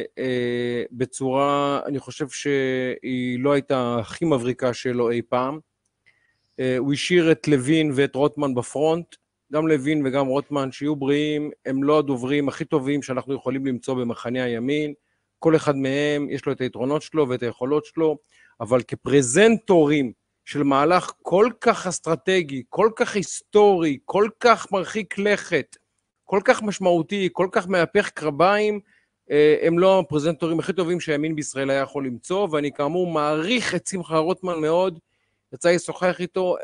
בצורה, אני חושב שהיא לא הייתה הכי מבריקה שלו אי פעם. הוא השאיר את לוין ואת רוטמן בפרונט, גם לוין וגם רוטמן שיהיו בריאים, הם לא הדוברים הכי טובים שאנחנו יכולים למצוא במחנה הימין, כל אחד מהם יש לו את היתרונות שלו ואת היכולות שלו, אבל כפרזנטורים של מהלך כל כך אסטרטגי, כל כך היסטורי, כל כך מרחיק לכת, כל כך משמעותי, כל כך מהפך קרביים, הם לא הפרזנטורים הכי טובים שהימין בישראל היה יכול למצוא, ואני כאמור מעריך את שמחה רוטמן מאוד, יצא לשוחח איתו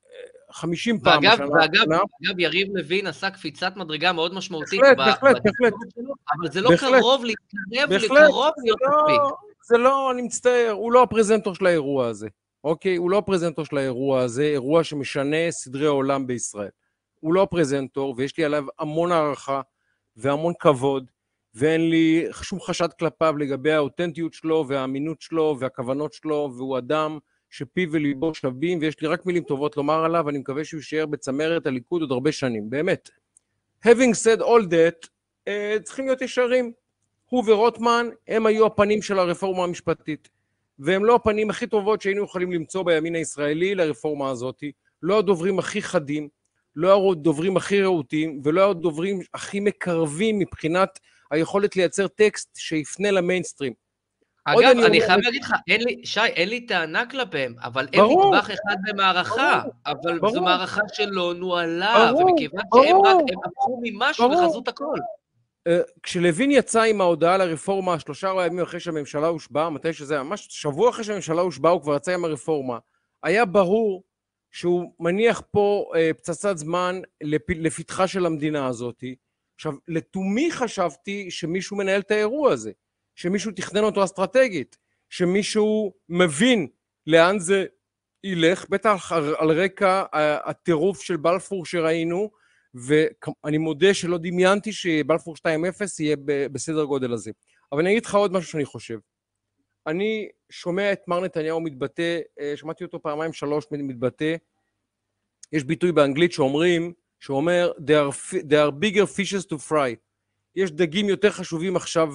50 פעם. ואגב, יריב לוין עשה קפיצת מדרגה מאוד משמעותית. בהחלט. אבל זה לא קרוב להתקרב, לקרוב להיות מספיק. זה לא, אני מצטער, הוא לא הפרזנטור של האירוע הזה. אוקיי? הוא לא הפרזנטור של האירוע הזה, אירוע שמשנה סדרי עולם בישראל. הוא לא הפרזנטור, ויש לי עליו המון הערכה והמון כבוד, ואין לי שום חשד כלפיו לגבי האותנטיות שלו והאמינות שלו והכוונות שלו, והוא אדם שפיו וליבו שווים, ויש לי רק מילים טובות לומר עליו, ואני מקווה שהוא יישאר בצמרת הליכוד עוד הרבה שנים, באמת. Having said all that, צריכים להיות ישרים. הוא ורוטמן הם היו הפנים של הרפורמה המשפטית, והם לא הפנים הכי טובות שהיינו יכולים למצוא בימין הישראלי לרפורמה הזאת, לא הדוברים הכי חדים, לא הדוברים הכי רהוטים, ולא הדוברים הכי מקרבים מבחינת היכולת לייצר טקסט שיפנה למיינסטרים. אגב, אני חייב להגיד לך, שי, אין לי טענה כלפיהם, אבל אין נדבך אחד במערכה, אבל זו מערכה שלא נועלה, ומכיוון שהם הפכו ממשהו וחזות הכל. כשלוין יצא עם ההודעה לרפורמה, 3 ימים אחרי שהממשלה הושבעה, מתי שזה, ממש שבוע אחרי שהממשלה הושבעה, הוא כבר יצא עם הרפורמה, היה ברור שהוא מניח פה פצצת זמן לפתחה של המדינה הזאת. עכשיו, לתומי חשבתי שמישהו מנהל את האירוע הזה, שמישהו תכנן אותו אסטרטגית, שמישהו מבין לאן זה ילך, בטח על רקע הטירוף של בלפור שראינו, ואני מודה שלא דמיינתי שבלפור 2.0 יהיה בסדר גודל הזה. אבל אני אגיד לך עוד משהו שאני חושב. אני שומע את מר נתניהו מתבטא, שמעתי אותו 2-3 מתבטא, יש ביטוי באנגלית שאומר, there are bigger fishes to fry. יש דגים יותר חשובים עכשיו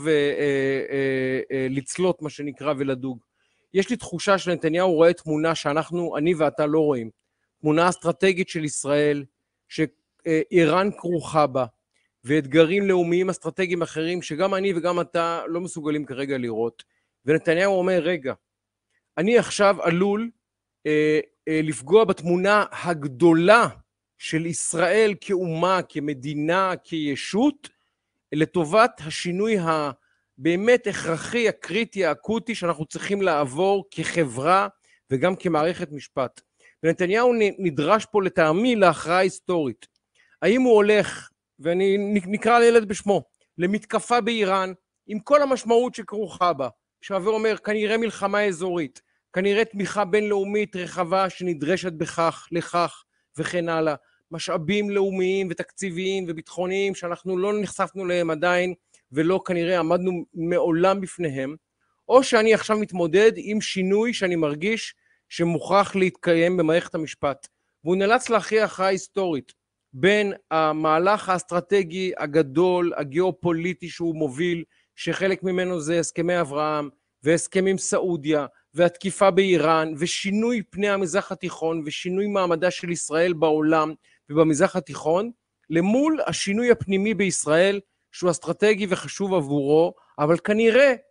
לצלות, מה שנקרא, ולדוג. יש לי תחושה שנתניהו רואה תמונה אני ואתה לא רואים. תמונה אסטרטגית של ישראל, שאיראן כרוכה בה, ואתגרים לאומיים אסטרטגיים אחרים, שגם אני וגם אתה לא מסוגלים כרגע לראות. ונתניהו אומר, רגע, אני עכשיו עלול לפגוע בתמונה הגדולה של ישראל כאומה, כמדינה, כישות, לטובת השינוי הבאמת הכרחי, הקריטי, האקוטי, שאנחנו צריכים לעבור כחברה וגם כמערכת משפט. ונתניהו נדרש פה לטעמי להכרעה היסטורית. האם הוא הולך, ואני נקרא לילד בשמו, למתקפה באיראן, עם כל המשמעות שכרוכה בה, שעבר אומר, כנראה מלחמה אזורית, כנראה תמיכה בינלאומית רחבה שנדרשת לכך וכן הלאה, משאבים לאומיים ותקציביים וביטחוניים שאנחנו לא נחשפנו להם עדיין ולא כנראה עמדנו מעולם בפניהם, או שאני עכשיו מתמודד עם שינוי שאני מרגיש שמוכרח להתקיים במערכת המשפט, והוא נאלץ להכריע הכרעה היסטורית בין המהלך האסטרטגי הגדול, הגיאופוליטי שהוא מוביל, שחלק ממנו זה הסכמי אברהם והסכם עם סעודיה והתקיפה באיראן ושינוי פני המזרח התיכון ושינוי מעמדה של ישראל בעולם ובמזרח התיכון, למול השינוי הפנימי בישראל שהוא אסטרטגי וחשוב עבורו, אבל כנראה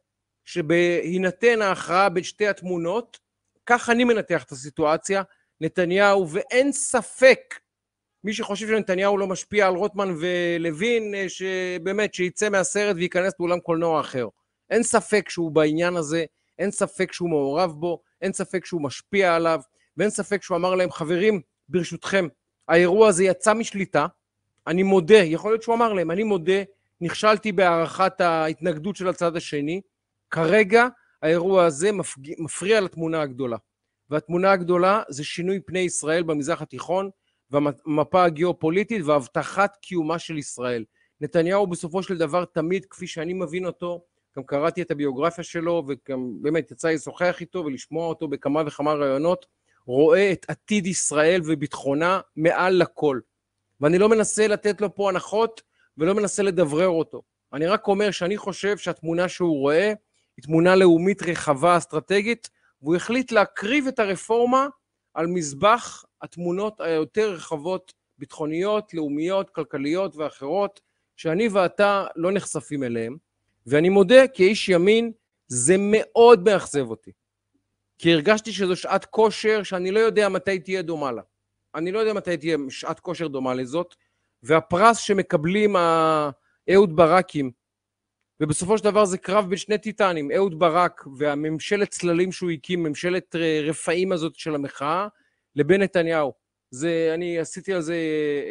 שבהינתן ההכרעה בין שתי התמונות, כך אני מנתח את הסיטואציה, נתניהו, ואין ספק, מי שחושב שנתניהו לא משפיע על רוטמן ולוין, שבאמת שיצא מהסרט וייכנס באולם קולנוע אחר. אין ספק שהוא בעניין הזה, אין ספק שהוא מעורב בו, אין ספק שהוא משפיע עליו, ואין ספק שהוא אמר להם, חברים, ברשותכם, האירוע הזה יצא משליטה, אני מודה, יכול להיות שהוא אמר להם, אני מודה, נכשלתי בהערכת ההתנגדות של הצד השני, כרגע האירוע הזה מפריע לתמונה הגדולה. והתמונה הגדולה זה שינוי פני ישראל במזרח התיכון, והמפה הגיאופוליטית והבטחת קיומה של ישראל. נתניהו בסופו של דבר תמיד, כפי שאני מבין אותו, גם קראתי את הביוגרפיה שלו, וגם באמת יצא לשוחח איתו ולשמוע אותו בכמה וכמה רעיונות, רואה את עתיד ישראל וביטחונה מעל לכל. ואני לא מנסה לתת לו פה הנחות, ולא מנסה לדברר אותו. אני רק אומר שאני חושב שהתמונה שהוא רואה, היא תמונה לאומית רחבה אסטרטגית, והוא החליט להקריב את הרפורמה על מזבח התמונות היותר רחבות, ביטחוניות, לאומיות, כלכליות ואחרות, שאני ואתה לא נחשפים אליהם. ואני מודה, כאיש ימין, זה מאוד מאכזב אותי. כי הרגשתי שזו שעת כושר שאני לא יודע מתי תהיה דומה לה. אני לא יודע מתי תהיה שעת כושר דומה לזאת, והפרס שמקבלים אהוד ברקים, ובסופו של דבר זה קרב בין שני טיטנים, אהוד ברק והממשלת צללים שהוא הקים, ממשלת רפאים הזאת של המחאה, לבין נתניהו. אני עשיתי על זה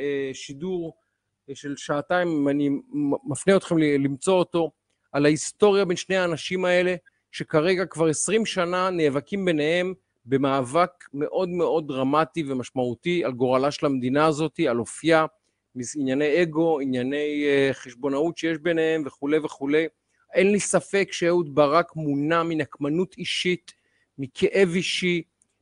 שידור של שעתיים, אני מפנה אתכם למצוא אותו, על ההיסטוריה בין שני האנשים האלה, שכרגע כבר 20 שנה נאבקים ביניהם במאבק מאוד מאוד דרמטי ומשמעותי על גורלה של המדינה הזאת, על אופייה, ענייני אגו, ענייני חשבונאות שיש ביניהם וכו' וכו'. אין לי ספק שאהוד ברק מונע מנקמנות אישית, מכאב אישי,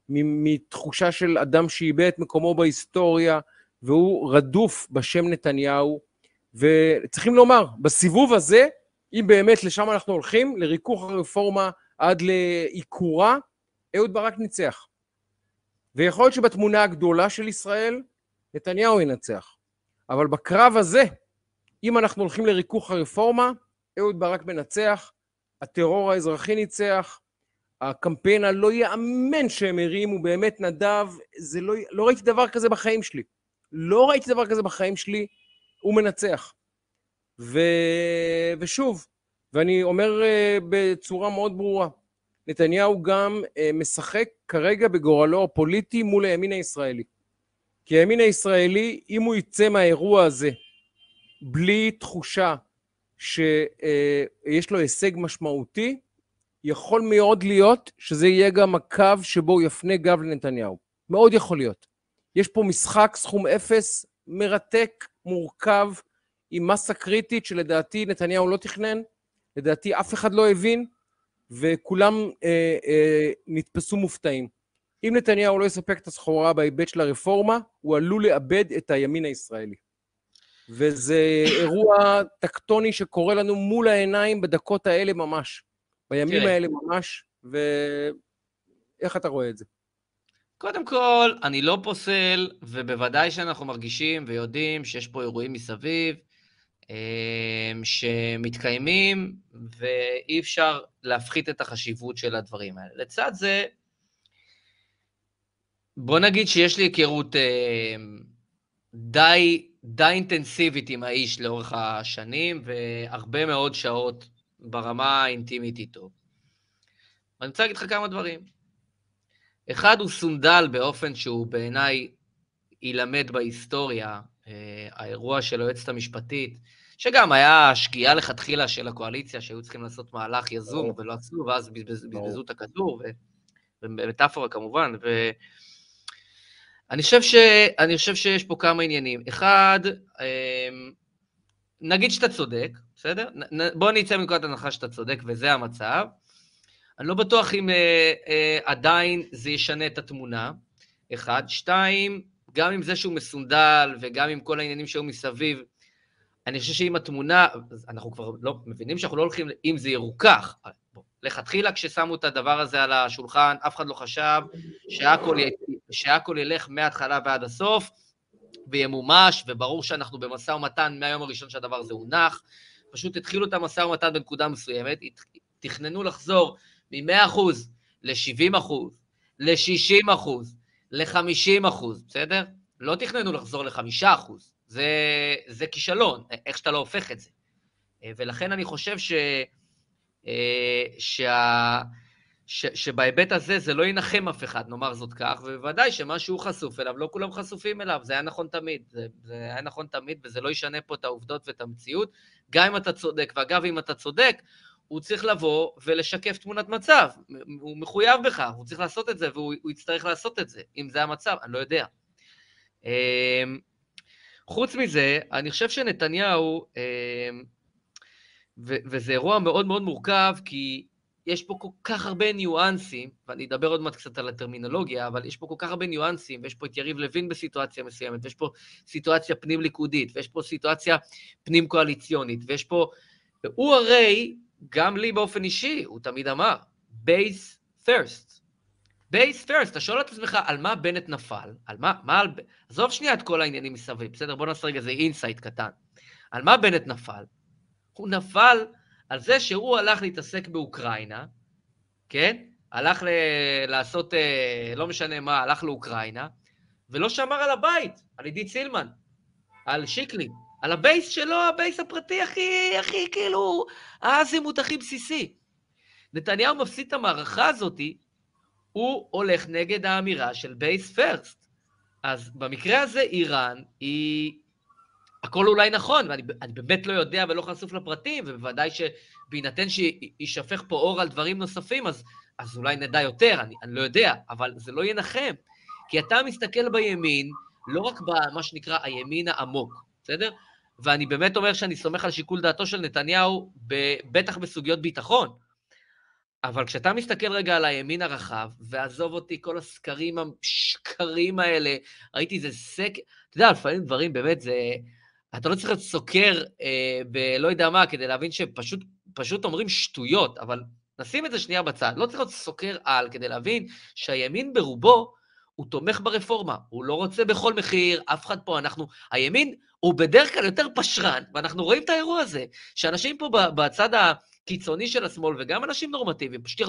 מתחושה של אדם שאיבד את מקומו בהיסטוריה, והוא רדוף בשם נתניהו, וצריכים לומר, בסיבוב הזה, אם באמת לשם אנחנו הולכים, לריכוך הרפורמה עד לעיקורה, אהוד ברק ניצח. ויכול להיות שבתמונה הגדולה של ישראל, נתניהו ינצח. אבל בקרב הזה, אם אנחנו הולכים לריכוך הרפורמה, אהוד ברק מנצח, הטרור האזרחי ניצח, הקמפיין הלא יאמן שהם הרימו, באמת נדב, לא ראיתי דבר כזה בחיים שלי. לא ראיתי דבר כזה בחיים שלי, הוא מנצח. ושוב, ואני אומר בצורה מאוד ברורה, נתניהו גם משחק כרגע בגורלו הפוליטי מול הימין הישראלי. כי הימין הישראלי, אם הוא יצא מהאירוע הזה, בלי תחושה שיש לו הישג משמעותי, יכול מאוד להיות שזה יהיה גם הקו שבו הוא יפנה גב לנתניהו. מאוד יכול להיות. יש פה משחק סכום אפס, מרתק, מורכב, עם מסה קריטית שלדעתי נתניהו לא תכנן, לדעתי אף אחד לא הבין, וכולם נתפסו מופתעים. אם נתניהו לא יספק את הסחורה בהיבט של הרפורמה, הוא עלול לאבד את הימין הישראלי. וזה אירוע טקטוני שקורה לנו מול העיניים בדקות האלה ממש. בימים האלה ממש, ואיך אתה רואה את זה? קודם כל, אני לא פוסל, ובוודאי שאנחנו מרגישים ויודעים שיש פה אירועים מסביב, שמתקיימים, ואי אפשר להפחית את החשיבות של הדברים האלה. לצד זה, בוא נגיד שיש לי היכרות די אינטנסיבית עם האיש לאורך השנים, והרבה מאוד שעות ברמה האינטימית איתו. אני רוצה להגיד לך כמה דברים. אחד, הוא סונדל באופן שהוא בעיניי ילמד בהיסטוריה, האירוע של היועצת המשפטית, שגם היה שגיאה לכתחילה של הקואליציה, שהיו צריכים לעשות מהלך יזום, ולא עשו, ואז בזבזו את הכדור, ומטאפורה כמובן, אני חושב שיש פה כמה עניינים. אחד, נגיד שאתה צודק, בסדר? בוא נצא מנקודת הנחה שאתה צודק, וזה המצב. אני לא בטוח אם עדיין זה ישנה את התמונה. אחד. שתיים, גם עם זה שהוא מסונדל, וגם עם כל העניינים שהיו מסביב, אני חושב שאם התמונה, אנחנו כבר לא מבינים שאנחנו לא הולכים, אם זה ירוכך, לכתחילה כששמו את הדבר הזה על השולחן, אף אחד לא חשב שהכל ילך מההתחלה ועד הסוף, וימומש, וברור שאנחנו במשא ומתן מהיום הראשון שהדבר הזה הונח, פשוט התחילו את המשא ומתן בנקודה מסוימת, תכננו לחזור מ-100% ל-70%, ל-60%, ל-50%, בסדר? לא תכננו לחזור ל-5%. זה כישלון, איך שאתה לא הופך את זה. ולכן אני חושב שבהיבט הזה זה לא ינחם אף אחד, נאמר זאת כך, ובוודאי שמה שהוא חשוף אליו, לא כולם חשופים אליו, זה היה נכון תמיד, זה היה נכון תמיד, וזה לא ישנה פה את העובדות ואת המציאות, גם אם אתה צודק, ואגב, אם אתה צודק, הוא צריך לבוא ולשקף תמונת מצב, הוא מחויב בכך, הוא צריך לעשות את זה, והוא יצטרך לעשות את זה, אם זה המצב, אני לא יודע. חוץ מזה, אני חושב שנתניהו, וזה אירוע מאוד מאוד מורכב, כי יש פה כל כך הרבה ניואנסים, ואני אדבר עוד מעט קצת על הטרמינולוגיה, אבל יש פה כל כך הרבה ניואנסים, ויש פה את יריב לוין בסיטואציה מסוימת, ויש פה סיטואציה פנים ליכודית, ויש פה סיטואציה פנים קואליציונית, ויש פה, הוא הרי, גם לי באופן אישי, הוא תמיד אמר, base first. base first, אתה שואל את עצמך, על מה בנט נפל? על מה עזוב שנייה את כל העניינים מסביב, בסדר? בוא נעשה רגע, זה אינסייט קטן. על מה בנט נפל? הוא נפל על זה שהוא הלך להתעסק באוקראינה, כן? הלך לעשות, לא משנה מה, הלך לאוקראינה, ולא שמר על הבית, על עידית סילמן, על שיקלי, על הבייס שלו, הבייס הפרטי הכי כאילו, האזימות הכי בסיסי. נתניהו מפסיד את המערכה הזאת, הוא הולך נגד האמירה של בייס פרסט. אז במקרה הזה איראן היא... הכל אולי נכון, ואני באמת לא יודע ולא חשוף לפרטים, ובוודאי שבהינתן שישפך פה אור על דברים נוספים, אז אולי נדע יותר, אני לא יודע, אבל זה לא ינחם. כי אתה מסתכל בימין, לא רק במה שנקרא הימין העמוק, בסדר? ואני באמת אומר שאני סומך על שיקול דעתו של נתניהו, בטח בסוגיות ביטחון. אבל כשאתה מסתכל רגע על הימין הרחב, ועזוב אותי כל הסקרים השקרים האלה, ראיתי איזה סקר, אתה יודע, לפעמים דברים באמת זה... אתה לא צריך להיות סוקר בלא יודע מה, כדי להבין שפשוט אומרים שטויות, אבל נשים את זה שנייה בצד. לא צריך להיות סוקר על, כדי להבין שהימין ברובו, הוא תומך ברפורמה. הוא לא רוצה בכל מחיר, אף אחד פה, הימין הוא בדרך כלל יותר פשרן, ואנחנו רואים את האירוע הזה, שאנשים פה בצד הקיצוני של השמאל, וגם אנשים נורמטיביים, פשוט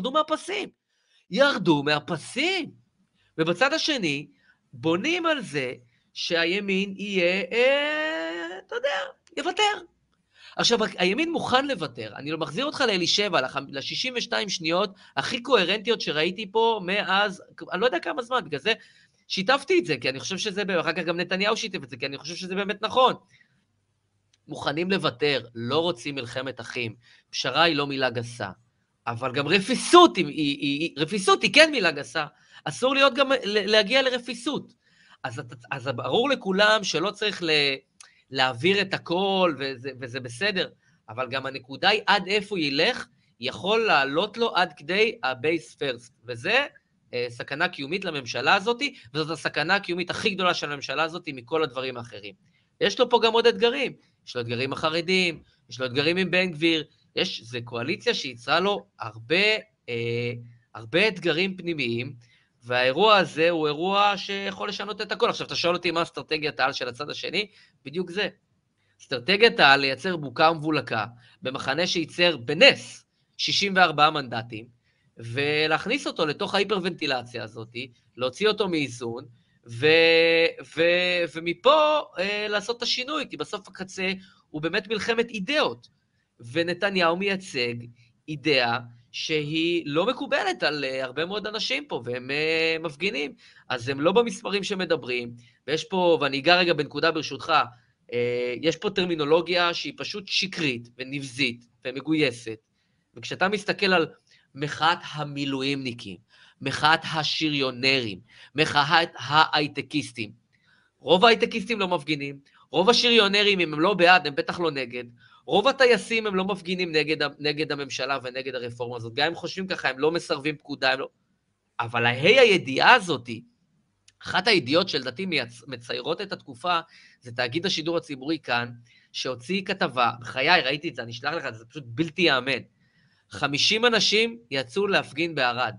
ירדו מהפסים. ובצד השני, בונים על זה שהימין יהיה... אתה יודע, יוותר. עכשיו, הימין מוכן לוותר. אני לא מחזיר אותך לאלישבע, ל-62 שניות הכי קוהרנטיות שראיתי פה מאז, אני לא יודע כמה זמן, בגלל זה שיתפתי את זה, כי אני חושב שזה, אחר כך גם נתניהו שיתף את זה, כי אני חושב שזה באמת נכון. מוכנים לוותר, לא רוצים מלחמת אחים. פשרה היא לא מילה גסה, אבל גם רפיסות היא כן מילה גסה. אסור להיות גם להגיע לרפיסות. אז ברור לכולם שלא צריך להעביר את הכל, וזה בסדר, אבל גם הנקודה היא עד איפה ילך, יכול לעלות לו עד כדי ה-base first, וזה סכנה קיומית לממשלה הזאת, וזאת הסכנה הקיומית הכי גדולה של הממשלה הזאת מכל הדברים האחרים. יש לו פה גם עוד אתגרים, יש לו אתגרים החרדים, יש לו אתגרים עם בן גביר, זה קואליציה שיצרה לו הרבה אתגרים פנימיים, והאירוע הזה הוא אירוע שיכול לשנות את הכל. עכשיו, אתה שואל אותי מה אסטרטגיית העל של הצד השני? בדיוק זה. אסטרטגיית העל לייצר בוקה ומבולקה, במחנה שייצר בנס 64 מנדטים, ולהכניס אותו לתוך ההיפרוונטילציה הזאת, להוציא אותו מאיזון, ומפה לעשות את השינוי, כי בסוף הקצה הוא באמת מלחמת אידאות, ונתניהו מייצג אידאה, שהיא לא מקובלת על הרבה מאוד אנשים פה, והם מפגינים. אז הם לא במספרים שמדברים, ויש פה, ואני אגע רגע בנקודה ברשותך, יש פה טרמינולוגיה שהיא פשוט שקרית ונבזית ומגויסת, וכשאתה מסתכל על מחאת המילואימניקים, מחאת השריונרים, מחאת ההייטקיסטים, רוב ההייטקיסטים לא מפגינים, רוב השריונרים, אם הם לא בעד, הם בטח לא נגד, רוב הטייסים הם לא מפגינים נגד הממשלה ונגד הרפורמה הזאת. גם הם חושבים ככה, הם לא מסרבים פקודה, הם לא... אבל הידיעה הזאת, אחת הידיעות שלדעתי מציירות את התקופה, זה תאגיד השידור הציבורי כאן, שהוציא כתבה, בחיי ראיתי את זה, אני אשלח לך, זה פשוט בלתי יאמן. 50 אנשים יצאו להפגין בערד.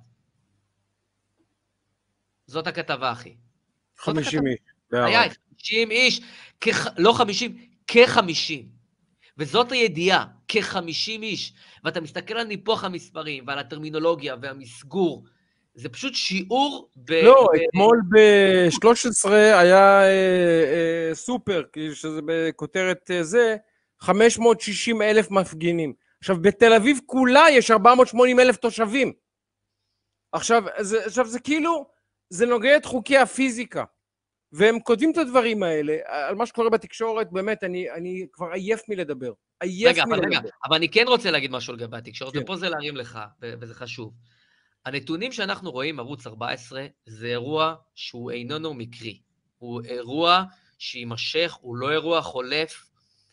זאת הכתבה, אחי. 50 איש. 50 איש, לא 50, כ-50. וזאת הידיעה, כ-50 איש, ואתה מסתכל על ניפוח המספרים ועל הטרמינולוגיה והמסגור, זה פשוט שיעור לא, אתמול ב-13 היה סופר, שזה בכותרת זה, 560,000 מפגינים. עכשיו, בתל אביב כולה יש 480,000 תושבים. עכשיו, זה כאילו, זה נוגע את חוקי הפיזיקה. והם כותבים את הדברים האלה, על מה שקורה בתקשורת, באמת, אני כבר עייף מלדבר. רגע, אבל אני כן רוצה להגיד משהו לגבי התקשורת, כן. ופה זה להרים לך, וזה חשוב. הנתונים שאנחנו רואים, ערוץ 14, זה אירוע שהוא איננו מקרי. הוא אירוע שימשך, הוא לא אירוע חולף,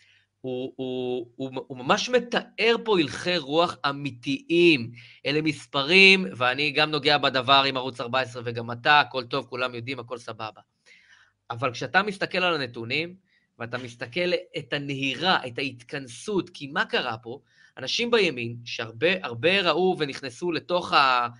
הוא ממש מתאר פה הלכי רוח אמיתיים. אלה מספרים, ואני גם נוגע בדבר עם ערוץ 14 וגם אתה, הכל טוב, כולם יודעים, הכל סבבה. אבל כשאתה מסתכל על הנתונים, ואתה מסתכל את הנהירה, את ההתכנסות, כי מה קרה פה? אנשים בימין, שהרבה ראו ונכנסו לתוך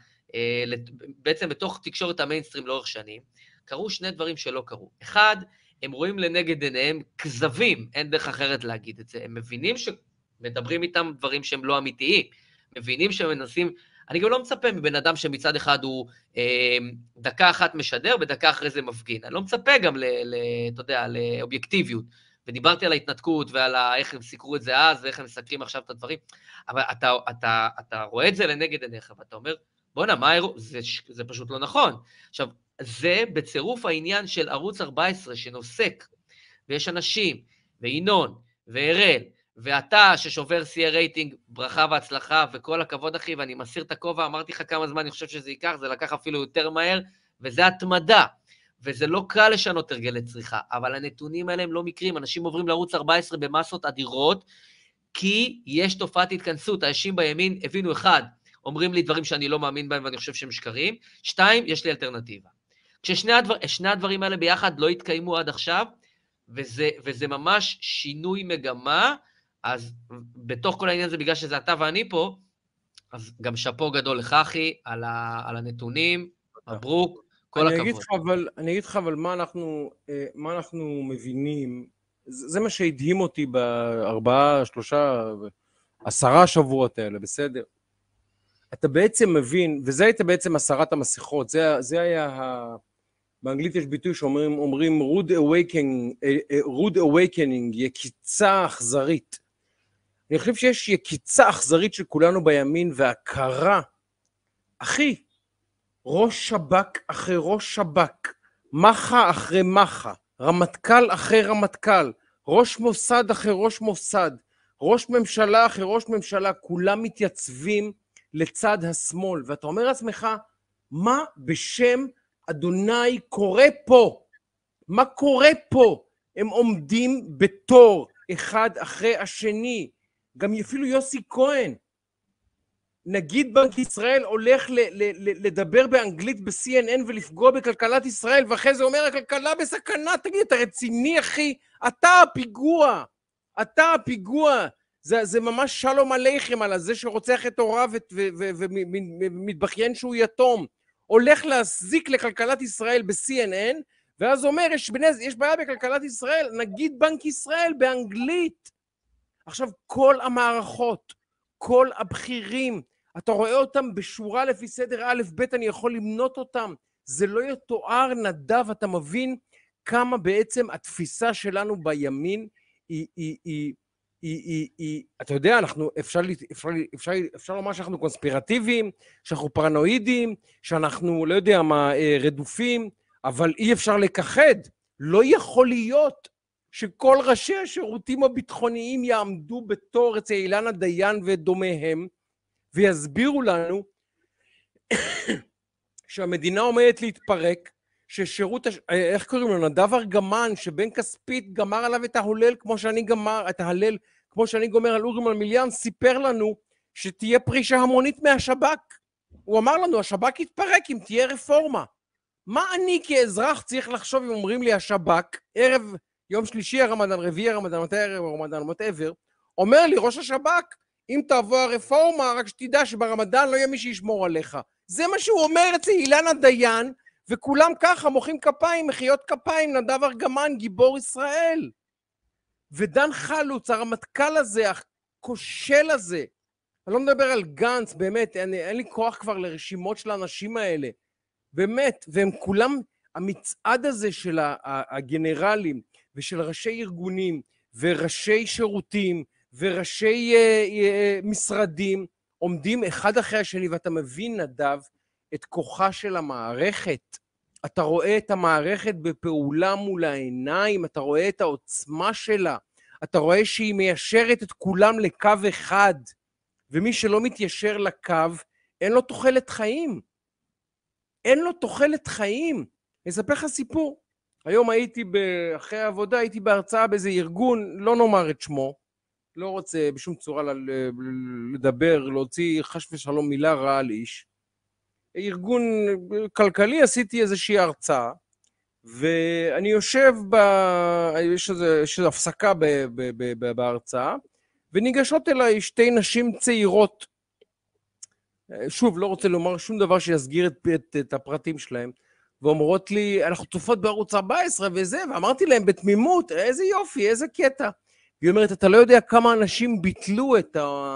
בעצם בתוך תקשורת המיינסטרים לאורך שנים, קרו שני דברים שלא קרו. אחד, הם רואים לנגד עיניהם כזבים, אין דרך אחרת להגיד את זה. הם מבינים שמדברים איתם דברים שהם לא אמיתיים, מבינים שמנסים, אני גם לא מצפה מבן אדם שמצד אחד הוא דקה אחת משדר, ודקה אחרי זה מפגין. אני לא מצפה גם אתה יודע, לאובייקטיביות. ודיברתי על ההתנתקות ועל איך הם סיקרו את זה אז, ואיך הם מסקרים עכשיו את הדברים, אבל אתה רואה את זה לנגד עיניך, ואתה אומר, בוא'נה, זה פשוט לא נכון. עכשיו, זה בצירוף העניין של ערוץ 14 שנוסק, ויש אנשים, וינון, והראל, ואתה ששובר שיאי רייטינג, ברכה והצלחה, וכל הכבוד אחי, ואני מסיר את הכובע, אמרתי לך כמה זמן, אני חושב שזה ייקח, זה לקח אפילו יותר מהר, וזה התמדה, וזה לא קל לשנות הרגלי צריכה, אבל הנתונים האלה הם לא מקרים, אנשים עוברים לערוץ 14 במסות אדירות, כי יש תופעת התכנסות, האנשים בימין הבינו אחד, אומרים לי דברים שאני לא מאמין בהם ואני חושב שהם שקרים, 2, יש לי אלטרנטיבה. כששני הדברים האלה ביחד לא התקיימו עד עכשיו, וזה ממש שינוי מגמה, אז בתוך כל העניין הזה, בגלל שזה אתה ואני פה, אז גם שפו גדול לך, אחי, על הנתונים, מברוק, כל הכבוד. אני אגיד לך, אבל מה אנחנו מבינים, זה מה שהדהים אותי ב4, 3, 10 שבועות האלה, בסדר? אתה בעצם מבין, וזה הייתה בעצם הסרת המסכות, זה היה, באנגלית יש ביטוי שאומרים rude awakening, יקיצה אכזרית. אני חושב שיש יקיצה אכזרית של כולנו בימין, והכרה, אחי, ראש שב"כ אחרי ראש שב"כ, מחה אחרי מחה, רמטכ"ל אחרי רמטכ"ל, ראש מוסד אחרי ראש מוסד, ראש ממשלה אחרי ראש ממשלה, כולם מתייצבים לצד השמאל, ואתה אומר לעצמך, מה בשם אדוני קורה פה? מה קורה פה? הם עומדים בתור אחד אחרי השני, גם אפילו יוסי כהן, נגיד בנק ישראל הולך לדבר באנגלית ב-CNN ולפגוע בכלכלת ישראל, ואחרי זה אומר, הכלכלה בסכנה, תגיד, אתה רציני אחי? אתה הפיגוע, זה ממש שלום עליכם על זה שרוצח את הוריו ומתבכיין שהוא יתום, הולך להזיק לכלכלת ישראל ב-CNN, ואז אומר, יש בעיה בכלכלת ישראל, נגיד בנק ישראל באנגלית. עכשיו, כל המערכות, כל הבכירים, אתה רואה אותם בשורה לפי סדר א' ב', אני יכול למנות אותם, זה לא יתואר נדב, אתה מבין כמה בעצם התפיסה שלנו בימין אתה יודע, אפשר לומר שאנחנו קונספירטיביים, שאנחנו פרנואידים, שאנחנו לא יודע מה, רדופים, אבל אי אפשר לכחד, לא יכול להיות שכל ראשי השירותים הביטחוניים יעמדו בתור אצל אילנה דיין ודומיהם, ויסבירו לנו שהמדינה עומדת להתפרק, ששירות, איך קוראים לו, נדב ארגמן, שבן כספית גמר עליו את ההלל, כמו שאני גומר על אורי מלמיליאן, סיפר לנו שתהיה פרישה המונית מהשב"כ. הוא אמר לנו, השב"כ יתפרק אם תהיה רפורמה. מה אני כאזרח צריך לחשוב אם אומרים לי השב"כ, ערב יום שלישי הרמדאן, רביעי הרמדאן, מתי ערב הרמדאן, whatever, אומר לי ראש השב"כ, אם תבוא הרפורמה, רק שתדע שברמדאן לא יהיה מי שישמור עליך. זה מה שהוא אומר אצל אילנה דיין, וכולם ככה מוחאים כפיים, מחיאות כפיים, נדב ארגמן, גיבור ישראל. ודן חלוץ, הרמטכ"ל הזה, הכושל הזה, אני לא מדבר על גנץ, באמת, אין לי כוח כבר לרשימות של האנשים האלה, באמת, והם כולם, המצעד הזה של הגנרלים, ושל ראשי ארגונים, וראשי שירותים, וראשי משרדים, עומדים אחד אחרי השני, ואתה מבין, נדב, את כוחה של המערכת. אתה רואה את המערכת בפעולה מול העיניים, אתה רואה את העוצמה שלה, אתה רואה שהיא מיישרת את כולם לקו אחד, ומי שלא מתיישר לקו, אין לו תוחלת חיים. אין לו תוחלת חיים. אני אספר לך סיפור. היום אחרי העבודה, הייתי בהרצאה באיזה ארגון, לא נאמר את שמו, לא רוצה בשום צורה לדבר, להוציא חס ושלום מילה רעה על איש. ארגון כלכלי, עשיתי איזושהי הרצאה, ואני יושב יש איזו הפסקה בהרצאה, וניגשות אליי שתי נשים צעירות, שוב, לא רוצה לומר שום דבר שיסגיר את הפרטים שלהם, ואומרות לי, אנחנו צופות בערוץ 14 וזה, ואמרתי להם בתמימות, איזה יופי, איזה קטע. והיא אומרת, אתה לא יודע כמה אנשים ביטלו את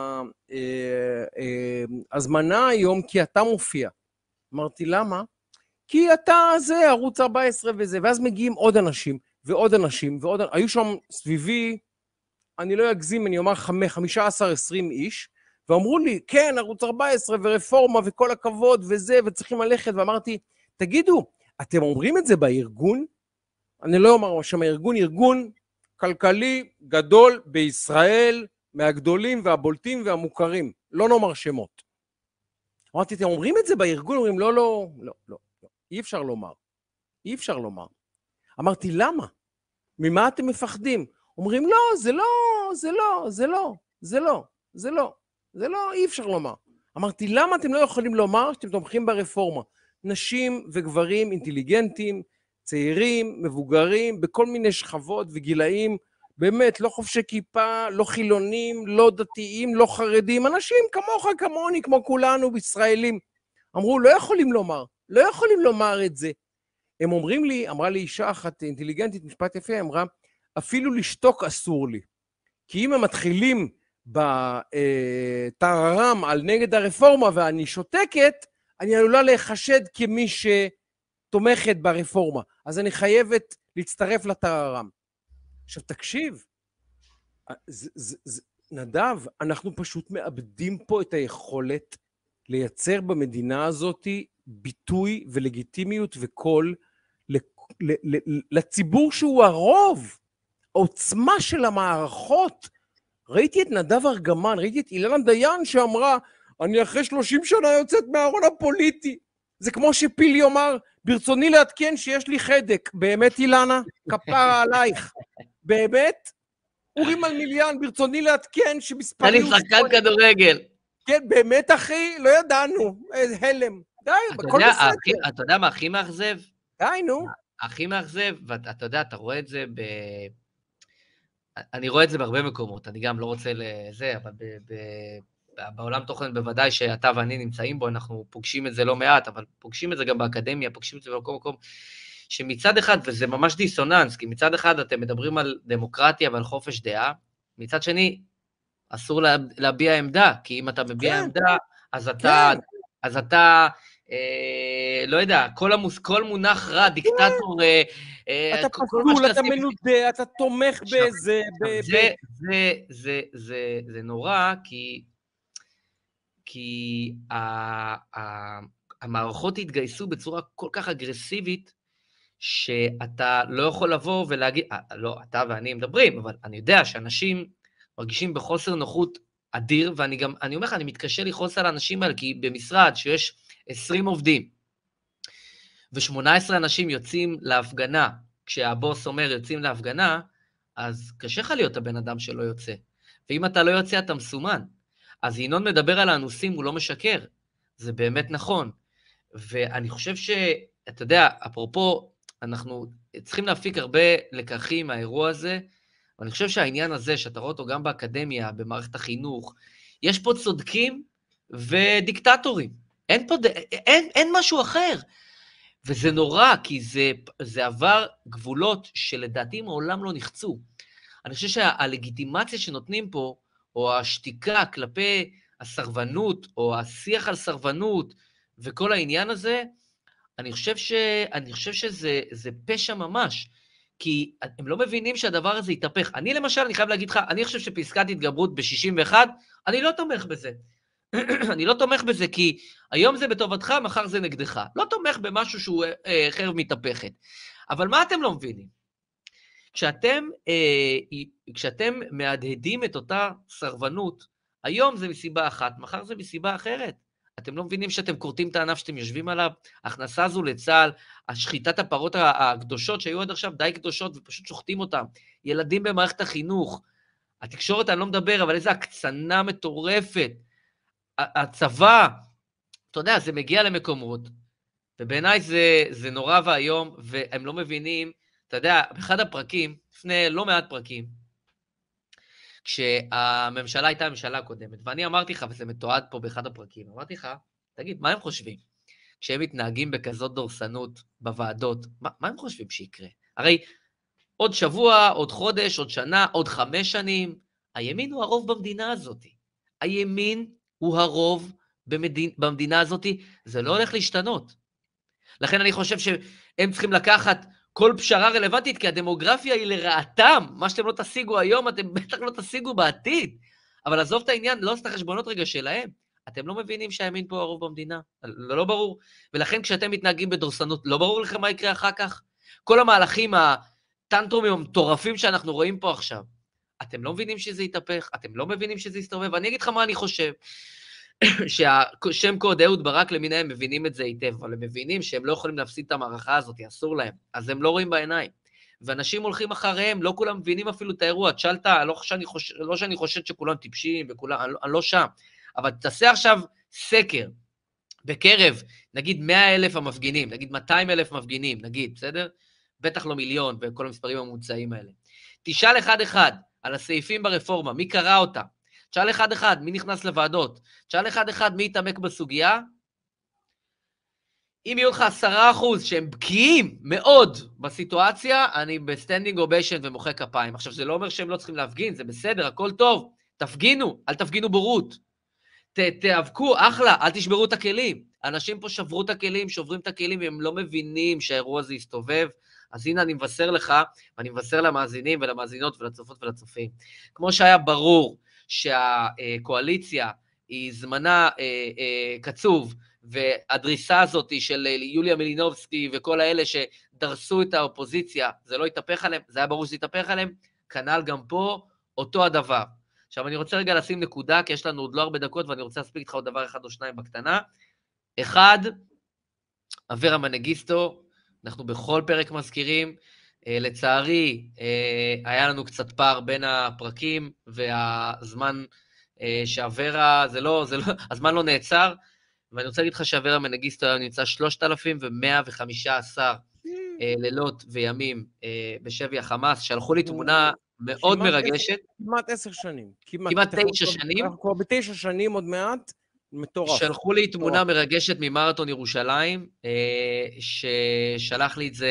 ההזמנה היום, כי אתה מופיע. אמרתי, למה? כי אתה זה, ערוץ 14 וזה, ואז מגיעים עוד אנשים, ועוד אנשים, היו שם סביבי, אני לא אגזים, אני אומר 15-20 איש, ואמרו לי, כן, ערוץ 14 ורפורמה וכל הכבוד וזה, וצריכים ללכת, ואמרתי, תגידו, אתם אומרים את זה בארגון? אני לא אומר שם הארגון, ארגון כלכלי גדול בישראל, מהגדולים והבולטים והמוכרים, לא נאמר שמות. אמרתי, אתם אומרים את זה בארגון? אומרים, לא, לא, לא, לא, לא, אי אפשר לומר, אי אפשר לומר. אמרתי, למה? ממה אתם מפחדים? אומרים, לא, זה לא, זה לא, זה לא, זה לא, זה לא, זה לא, אי אפשר לומר. אמרתי, למה אתם לא יכולים לומר שאתם תומכים ברפורמה? נשים וגברים אינטליגנטים, צעירים, מבוגרים, בכל מיני שכבות וגילאים, באמת, לא חובשי כיפה, לא חילונים, לא דתיים, לא חרדים, אנשים כמוך, כמוני, כמו כולנו, בישראלים. אמרו, לא יכולים לומר, לא יכולים לומר את זה. הם אומרים לי, אמרה לי אישה אחת אינטליגנטית, משפט יפה, אמרה, אפילו לשתוק אסור לי. כי אם הם מתחילים בטררם על נגד הרפורמה ואני שותקת, אני עלולה להיחשד כמי שתומכת ברפורמה. אז אני חייבת להצטרף לטררם. עכשיו תקשיב, נדב, אנחנו פשוט מאבדים פה את היכולת לייצר במדינה הזאת ביטוי ולגיטימיות וקול לציבור שהוא הרוב. העוצמה של המערכות. ראיתי את נדב ארגמן, ראיתי את אילנה דיין שאמרה, אני אחרי 30 שנה יוצאת מהארון הפוליטי. זה כמו שפיל יאמר, ברצוני לעדכן שיש לי חדק. באמת אילנה? כפרה עלייך. באמת? אורים על מיליאן, ברצוני לעדכן שמספרי... אני שחקן כדורגל. כן, באמת אחי, לא ידענו. הלם. די, הכל בסדר. אתה יודע מה הכי מאכזב? די, נו. הכי מאכזב, ואתה יודע, אתה רואה את זה אני רואה את זה בהרבה מקומות, אני גם לא רוצה לזה, אבל בעולם תוכן בוודאי שאתה ואני נמצאים בו, אנחנו פוגשים את זה לא מעט, אבל פוגשים את זה גם באקדמיה, פוגשים את זה במקום מקום, שמצד אחד, וזה ממש דיסוננס, כי מצד אחד אתם מדברים על דמוקרטיה ועל חופש דעה, מצד שני, אסור להביע עמדה, כי אם אתה מביע עמדה, אז אתה לא יודע, כל מונח רע, דיקטטור, אתה פסול, אתה מנודה, אתה תומך בזה. זה נורא, כי המערכות התגייסו בצורה כל כך אגרסיבית, שאתה לא יכול לבוא ולהגיד, לא, אתה ואני מדברים, אבל אני יודע שאנשים מרגישים בחוסר נוחות אדיר, ואני גם, אני אומר לך, אני מתקשה לכעוס על האנשים האלה, כי במשרד שיש 20 עובדים, ו18 אנשים יוצאים להפגנה, כשהבוס אומר יוצאים להפגנה, אז קשה לך להיות הבן אדם שלא יוצא. ואם אתה לא יוצא, אתה מסומן. אז ינון מדבר על האנוסים, הוא לא משקר. זה באמת נכון. ואני חושב אתה יודע, אפרופו, אנחנו צריכים להפיק הרבה לקחים מהאירוע הזה, ואני חושב שהעניין הזה, שאתה רואה אותו גם באקדמיה, במערכת החינוך, יש פה צודקים ודיקטטורים. אין משהו אחר. וזה נורא, כי זה עבר גבולות שלדעתי מעולם לא נחצו. אני חושב שהלגיטימציה שנותנים פה, או השתיקה כלפי הסרבנות, או השיח על סרבנות, וכל העניין הזה, אני חושב שזה פשע ממש, כי הם לא מבינים שהדבר הזה יתהפך. אני למשל, אני חייב להגיד לך, אני חושב שפסקת התגברות ב-61, אני לא תומך בזה. אני לא תומך בזה, כי היום זה בטובתך, מחר זה נגדך. לא תומך במשהו שהוא חרב מתהפכת. אבל מה אתם לא מבינים? כשאתם מהדהדים את אותה סרבנות, היום זה מסיבה אחת, מחר זה מסיבה אחרת. אתם לא מבינים שאתם קורטים את הענף שאתם יושבים עליו? הכנסה הזו לצה"ל, השחיטת הפרות הקדושות שהיו עד עכשיו די קדושות ופשוט שוחטים אותם. ילדים במערכת החינוך. התקשורת אני לא מדבר, אבל איזו הקצנה מטורפת. הצבא, אתה יודע, זה מגיע למקומות, ובעיניי זה נורא והיום, והם לא מבינים, אתה יודע, באחד הפרקים, לפני לא מעט פרקים, כשהממשלה הייתה הממשלה הקודמת, ואני אמרתי לך, וזה מתועד פה באחד הפרקים, אמרתי לך, תגיד, מה הם חושבים? כשהם מתנהגים בכזאת דורסנות בוועדות, מה הם חושבים שיקרה? הרי עוד שבוע, עוד חודש, עוד שנה, עוד 5 שנים, הימין הוא הרוב במדינה הזאת. הימין הוא הרוב במדינה הזאת, זה לא הולך להשתנות. לכן אני חושב שהם צריכים לקחת כל פשרה רלוונטית, כי הדמוגרפיה היא לרעתם. מה שאתם לא תשיגו היום, אתם בטח לא תשיגו בעתיד. אבל עזוב את העניין, לא עשת החשבונות רגע שלהם. אתם לא מבינים שהימין פה הרוב במדינה. לא ברור. ולכן כשאתם מתנהגים בדורסנות, לא ברור לכם מה יקרה אחר כך. כל המהלכים, הטנטרומים המטורפים שאנחנו רואים פה עכשיו, אתם לא מבינים שזה יתהפך, אתם לא מבינים שזה יסתובב. אני אגיד לך מה אני חושב. שהשם קוד אהוד ברק למיניהם מבינים את זה היטב, אבל הם מבינים שהם לא יכולים להפסיד את המערכה הזאת, אסור להם, אז הם לא רואים בעיניים. ואנשים הולכים אחריהם, לא כולם מבינים אפילו את האירוע, תשאלת, לא שאני חושד שכולם טיפשים, אני לא שם, אבל תעשה עכשיו סקר, בקרב, נגיד 100,000 המפגינים, נגיד 200,000 מפגינים, נגיד, בסדר? בטח לא מיליון, וכל המספרים הממוצעים האלה. תשאל אחד על הסעיפים ברפורמה, מי קרא אותה? תשאל אחד מי נכנס לוועדות, תשאל אחד מי יתעמק בסוגיה, אם יהיו לך 10% שהם בקיאים מאוד בסיטואציה, אני בסטנדינג אוביישן ומוחא כפיים. עכשיו, זה לא אומר שהם לא צריכים להפגין, זה בסדר, הכל טוב, תפגינו, אל תפגינו בורות, תאבקו, אחלה, אל תשברו את הכלים. אנשים פה שברו את הכלים, שוברים את הכלים, והם לא מבינים שהאירוע הזה יסתובב, אז הנה אני מבשר לך, ואני מבשר למאזינים ולמאזינות ולצופות ולצופים. כמו שהיה ברור, שהקואליציה היא זמנה קצוב, והדריסה הזאת של יוליה מלינובסקי וכל האלה שדרסו את האופוזיציה, זה לא יתהפך עליהם, זה היה ברור שזה יתהפך עליהם, כנ"ל גם פה, אותו הדבר. עכשיו אני רוצה רגע לשים נקודה, כי יש לנו עוד לא הרבה דקות, ואני רוצה להספיק איתך עוד דבר אחד או שניים בקטנה. אחד, אברה מנגיסטו, אנחנו בכל פרק מזכירים, לצערי, היה לנו קצת פער בין הפרקים, והזמן שאברה, הזמן לא נעצר, ואני רוצה להגיד לך שאברה מנגיסטו היום נמצא 3,115 לילות וימים בשבי החמאס, שלחו לי תמונה מאוד מרגשת. כמעט 10 שנים. כמעט 9 שנים. אנחנו כבר ב9 שנים עוד מעט, מטורף. שלחו לי תמונה מרגשת ממרתון ירושלים, ששלח לי את זה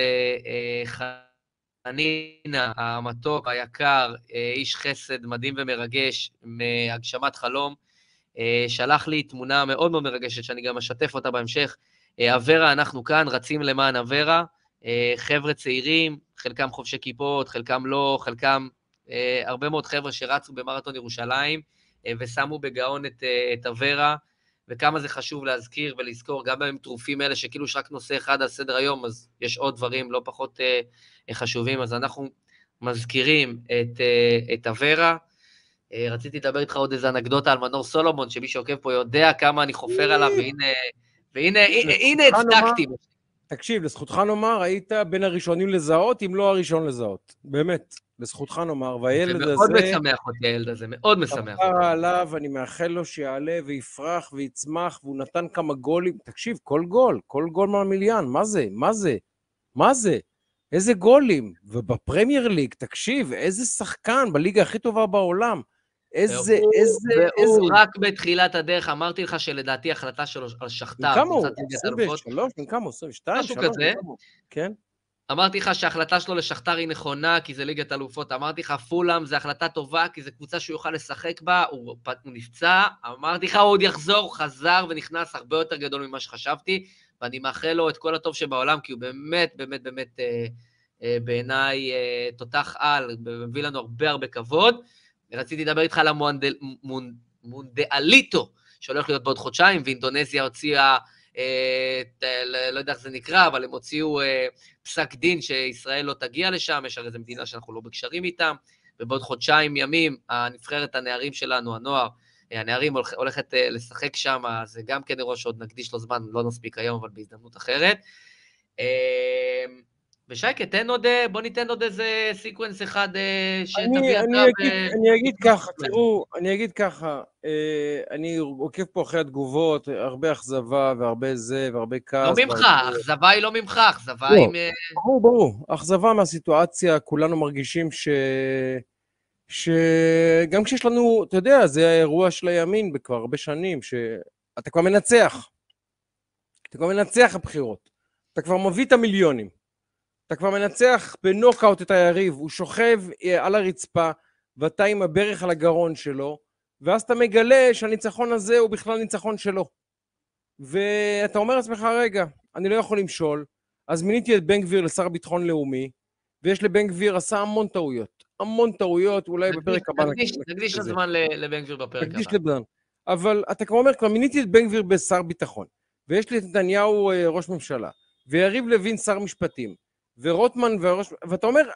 חנינה, המתוק, היקר, איש חסד מדהים ומרגש, מהגשמת חלום, שלח לי תמונה מאוד מאוד מרגשת, שאני גם אשתף אותה בהמשך. אברה, אנחנו כאן, רצים למען אברה, חבר'ה צעירים, חלקם חובשי כיפות, חלקם לא, חלקם הרבה מאוד חבר'ה שרצו במרתון ירושלים, ושמו בגאון את אברה, וכמה זה חשוב להזכיר ולזכור, גם עם תרופים האלה שכאילו יש רק נושא אחד על סדר היום, אז יש עוד דברים לא פחות חשובים, אז אנחנו מזכירים את אברה. רציתי לדבר איתך עוד איזה אנקדוטה על מנור סולומון, שמי שעוקב פה יודע כמה אני חופר עליו, והנה הצדקתי. תקשיב, לזכותך נאמר, היית בין הראשונים לזהות, אם לא הראשון לזהות. באמת, לזכותך נאמר, והילד הזה... זה מאוד משמח אותי, הילד הזה, מאוד משמח אותי. דבר עליו, אני מאחל לו שיעלה ויפרח ויצמח, והוא נתן כמה גולים. תקשיב, כל גול מהמיליון, מה זה? מה זה? איזה גולים? ובפרמייר ליג, תקשיב, איזה שחקן בליגה הכי טובה בעולם. והוא רק בתחילת הדרך, אמרתי לך שלדעתי החלטה שלו על שכתר. כמה הוא? 23? כמה? 22? משהו כזה. כן. אמרתי לך שההחלטה שלו לשכתר היא נכונה, כי זה ליגת אלופות. אמרתי לך, פולאם זה החלטה טובה, כי זו קבוצה שהוא יוכל לשחק בה, הוא נפצע. אמרתי לך, הוא עוד יחזור, חזר ונכנס הרבה יותר גדול ממה שחשבתי, ואני מאחל לו את כל הטוב שבעולם, כי הוא באמת, באמת, באמת, בעיניי תותח על, מביא לנו הרבה הרבה כבוד. רציתי לדבר איתך על המונדיאליטו, שהולך להיות בעוד חודשיים, ואינדונזיה הוציאה, לא יודע איך זה נקרא, אבל הם הוציאו פסק דין שישראל לא תגיע לשם, יש הרי איזו מדינה שאנחנו לא בקשרים איתם, ובעוד חודשיים ימים, הנבחרת הנערים שלנו, הנוער, הנערים הולכת לשחק שם, זה גם כן אירוע שעוד נקדיש לו זמן, לא נספיק היום, אבל בהזדמנות אחרת. ושייקה, בוא ניתן עוד איזה סיקוונס אחד שתביא אתה אני אגיד ככה, תראו, אני אגיד ככה, אני עוקב פה אחרי התגובות, הרבה אכזבה והרבה זה והרבה כעס. לא ממך, אכזבה היא לא ממך, אכזבה היא... ברור, אכזבה מהסיטואציה, כולנו מרגישים שגם כשיש לנו, אתה יודע, זה האירוע של הימין בכבר הרבה שנים, שאתה כבר מנצח. אתה כבר מנצח הבחירות. אתה כבר מביא את המיליונים. אתה כבר מנצח בנוקאוט את היריב, הוא שוכב על הרצפה, ואתה עם הברך על הגרון שלו, ואז אתה מגלה שהניצחון הזה הוא בכלל ניצחון שלו. ואתה אומר לעצמך, רגע, אני לא יכול למשול, אז מיניתי את בן גביר לשר ביטחון לאומי, ויש לבן גביר עשה המון טעויות, אולי בפרק הבא. נקדיש הזמן לבן גביר בפרק הבא. נקדיש לבן. אבל אתה כבר אומר, כבר מיניתי את בן גביר בשר ביטחון, ויש לי את נתניהו ראש ממשלה, ויריב לוין שר משפטים, ורוטמן ואתה אומר,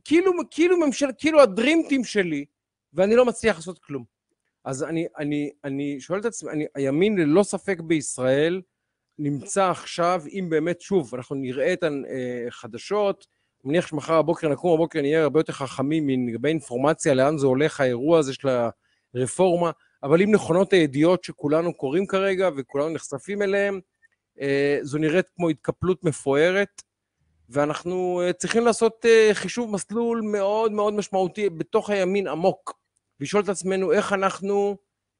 כאילו הדרימטים שלי, ואני לא מצליח לעשות כלום. אז אני שואל את עצמי, הימין ללא ספק בישראל נמצא עכשיו, אם באמת שוב, אנחנו נראה את החדשות, מניח שמחר הבוקר נקום הבוקר נהיה הרבה יותר חכמים לגבי אינפורמציה, לאן זה הולך האירוע הזה של הרפורמה, אבל אם נכונות הידיעות שכולנו קוראים כרגע, וכולנו נחשפים אליהם, זו נראית כמו התקפלות מפוארת, ואנחנו צריכים לעשות חישוב מסלול מאוד מאוד משמעותי בתוך הימין עמוק, ולשאול את עצמנו איך אנחנו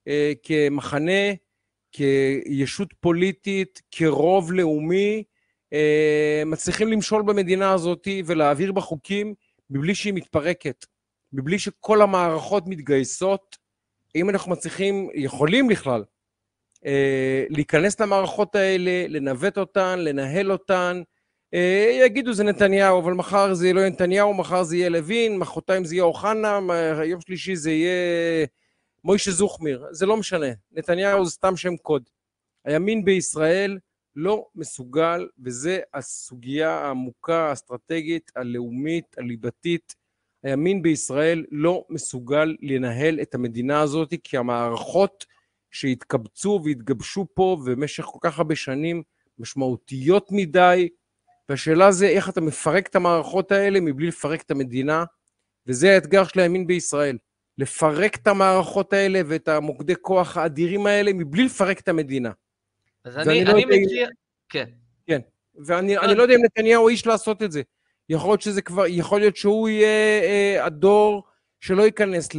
כמחנה, כישות פוליטית, כרוב לאומי, מצליחים למשול במדינה הזאת ולהעביר בחוקים מבלי שהיא מתפרקת, מבלי שכל המערכות מתגייסות, אם אנחנו מצליחים, יכולים בכלל, להיכנס למערכות האלה, לנווט אותן, לנהל אותן, יגידו זה נתניהו, אבל מחר זה לא יהיה נתניהו, מחר זה יהיה לוין, מחרתיים זה יהיה אוחנה, יום שלישי זה יהיה מוישה זוכמיר, זה לא משנה, נתניהו זה סתם שם קוד. הימין בישראל לא מסוגל, וזה הסוגיה העמוקה, האסטרטגית, הלאומית, הליבתית, הימין בישראל לא מסוגל לנהל את המדינה הזאת, כי המערכות שהתקבצו והתגבשו פה במשך כל כך הרבה שנים משמעותיות מדי, והשאלה זה איך אתה מפרק את המערכות האלה מבלי לפרק את המדינה, וזה האתגר של הימין בישראל, לפרק את המערכות האלה ואת המוקדי כוח האדירים האלה מבלי לפרק את המדינה. אז אני מציע... כן. כן, ואני לא יודע אם נתניהו איש לעשות את זה. יכול להיות שזה כבר, יכול להיות שהוא יהיה הדור שלא ייכנס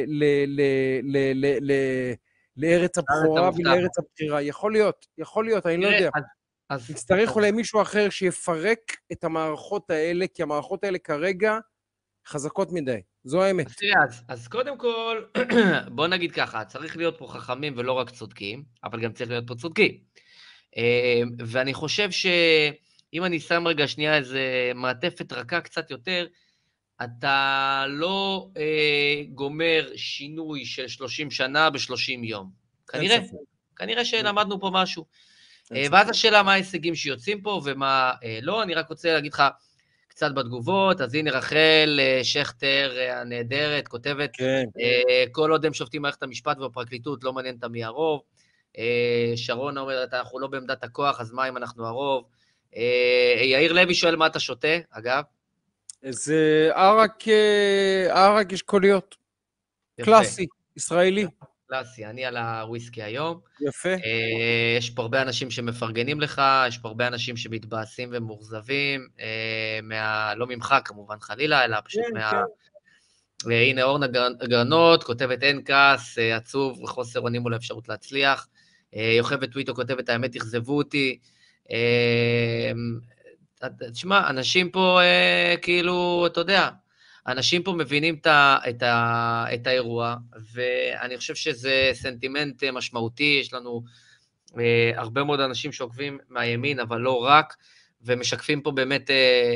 לארץ הבכורה ולארץ הבחירה. יכול להיות, אני לא יודע. יצטרך אולי מישהו אחר שיפרק את המערכות האלה, כי המערכות האלה כרגע חזקות מדי. זו האמת. אז קודם כל, בוא נגיד ככה, צריך להיות פה חכמים ולא רק צודקים, אבל גם צריך להיות פה צודקים. ואני חושב שאם אני שם רגע שנייה איזה מעטפת רכה קצת יותר, אתה לא גומר שינוי של 30 שנה ב-30 יום. כנראה שלמדנו פה משהו. ואז השאלה מה ההישגים שיוצאים פה ומה לא, אני רק רוצה להגיד לך קצת בתגובות, אז הנה רחל שכטר הנהדרת, כותבת, כל עוד הם שופטים מערכת המשפט והפרקליטות, לא מעניין מי הרוב. שרונה אומרת, אנחנו לא בעמדת הכוח, אז מה אם אנחנו הרוב? יאיר לוי שואל מה אתה שותה, אגב? זה ערק אשכוליות. קלאסי, ישראלי. קלאסי, אני על הוויסקי היום. יפה. יש פה הרבה אנשים שמפרגנים לך, יש פה הרבה אנשים שמתבאסים ומורזבים, לא ממך כמובן חלילה, אלא פשוט הנה אורנה גרנות, כותבת אין כעס, עצוב וחוסר אונים מול האפשרות להצליח. יוכבת טוויטו כותבת, האמת תכזבו אותי. תשמע, אנשים פה, כאילו, אתה יודע, אנשים פה מבינים את האירוע, ואני חושב שזה סנטימנט משמעותי, יש לנו הרבה מאוד אנשים שעוקבים מהימין, אבל לא רק, ומשקפים פה באמת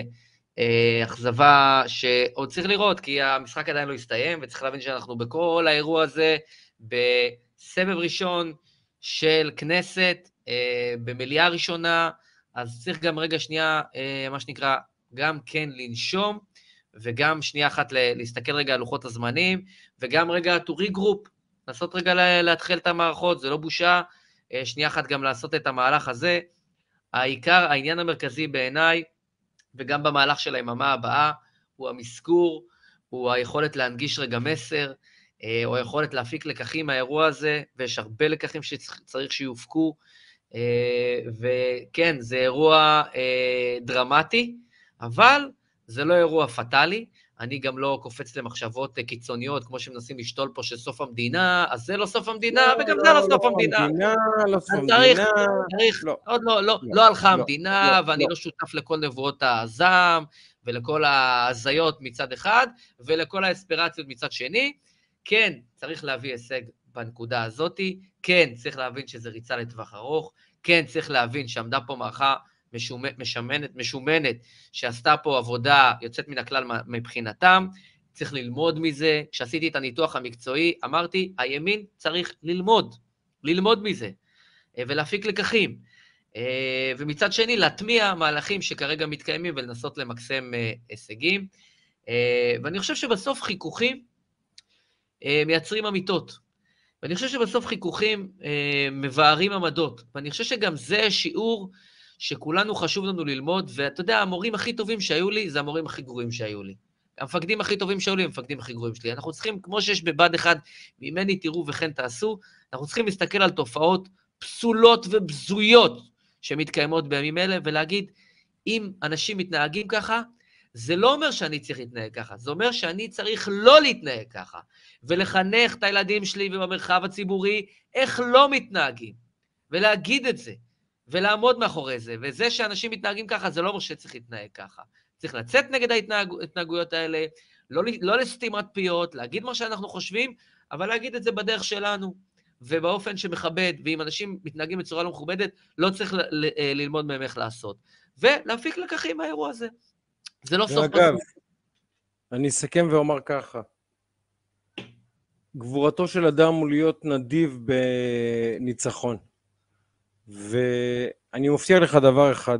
אכזבה שעוד צריך לראות, כי המשחק עדיין לא הסתיים, וצריך להבין שאנחנו בכל האירוע הזה, בסבב ראשון של כנסת, במליאה ראשונה, אז צריך גם רגע שנייה, מה שנקרא, גם כן לנשום, וגם שנייה אחת להסתכל רגע על לוחות הזמנים, וגם רגע to regroup, לעשות רגע להתחיל את המערכות, זה לא בושה, שנייה אחת גם לעשות את המהלך הזה. העניין המרכזי בעיניי, וגם במהלך של היממה הבאה, הוא המסגור, הוא היכולת להנגיש רגע מסר, או היכולת להפיק לקחים מהאירוע הזה, ויש הרבה לקחים שצריך שיופקו, וכן, זה אירוע דרמטי, אבל זה לא אירוע פטלי, אני גם לא קופץ למחשבות קיצוניות, כמו שמנסים לשתול פה שסוף המדינה, אז זה לא סוף המדינה, וגם זה לא סוף המדינה. לא סוף המדינה. עוד לא הלכה המדינה, ואני לא שותף לכל נבואות הזעם, ולכל ההזיות מצד אחד, ולכל האספירציות מצד שני. כן, צריך להביא הישג בנקודה הזאת, כן, צריך להבין שזה ריצה לטווח ארוך, כן, צריך להבין שעמדה פה מערכה משומנת, שעשתה פה עבודה יוצאת מן הכלל מבחינתם, צריך ללמוד מזה. כשעשיתי את הניתוח המקצועי, אמרתי, הימין צריך ללמוד מזה, ולהפיק לקחים, ומצד שני, להטמיע מהלכים שכרגע מתקיימים, ולנסות למקסם הישגים, ואני חושב שבסוף חיכוכים מייצרים אמיתות, ואני חושב שבסוף חיכוכים מבארים עמדות, ואני חושב שגם זה שיעור שכולנו חשוב לנו ללמוד, ואתה יודע, המורים הכי טובים שהיו לי, זה המורים הכי גרועים שהיו לי. המפקדים הכי טובים שהיו לי, המפקדים הכי גרועים שלי. אנחנו צריכים, כמו שיש בבד אחד, ממני תראו וכן תעשו, אנחנו צריכים להסתכל על תופעות פסולות ובזויות שמתקיימות בימים אלה, ולהגיד, אם אנשים מתנהגים ככה, זה לא אומר שאני צריך להתנהג ככה, זה אומר שאני צריך לא להתנהג ככה, ולחנך את הילדים שלי ובמרחב הציבורי, איך לא מתנהגים, ולהגיד את זה, ולעמוד מאחורי זה, וזה שאנשים מתנהגים ככה, זה לא אומר שצריך להתנהג ככה. צריך לצאת נגד ההתנהגויות האלה, לא לסתימת פיות, להגיד מה שאנחנו חושבים, אבל להגיד את זה בדרך שלנו, ובאופן שמכבד, ואם אנשים מתנהגים בצורה לא מכובדת, לא צריך ללמוד מהם איך לעשות. ולהפיק לקחים מהאירוע הזה. זה לא סוף אגב, אני אסכם ואומר ככה, גבורתו של אדם הוא להיות נדיב בניצחון. ואני מבטיח לך דבר אחד,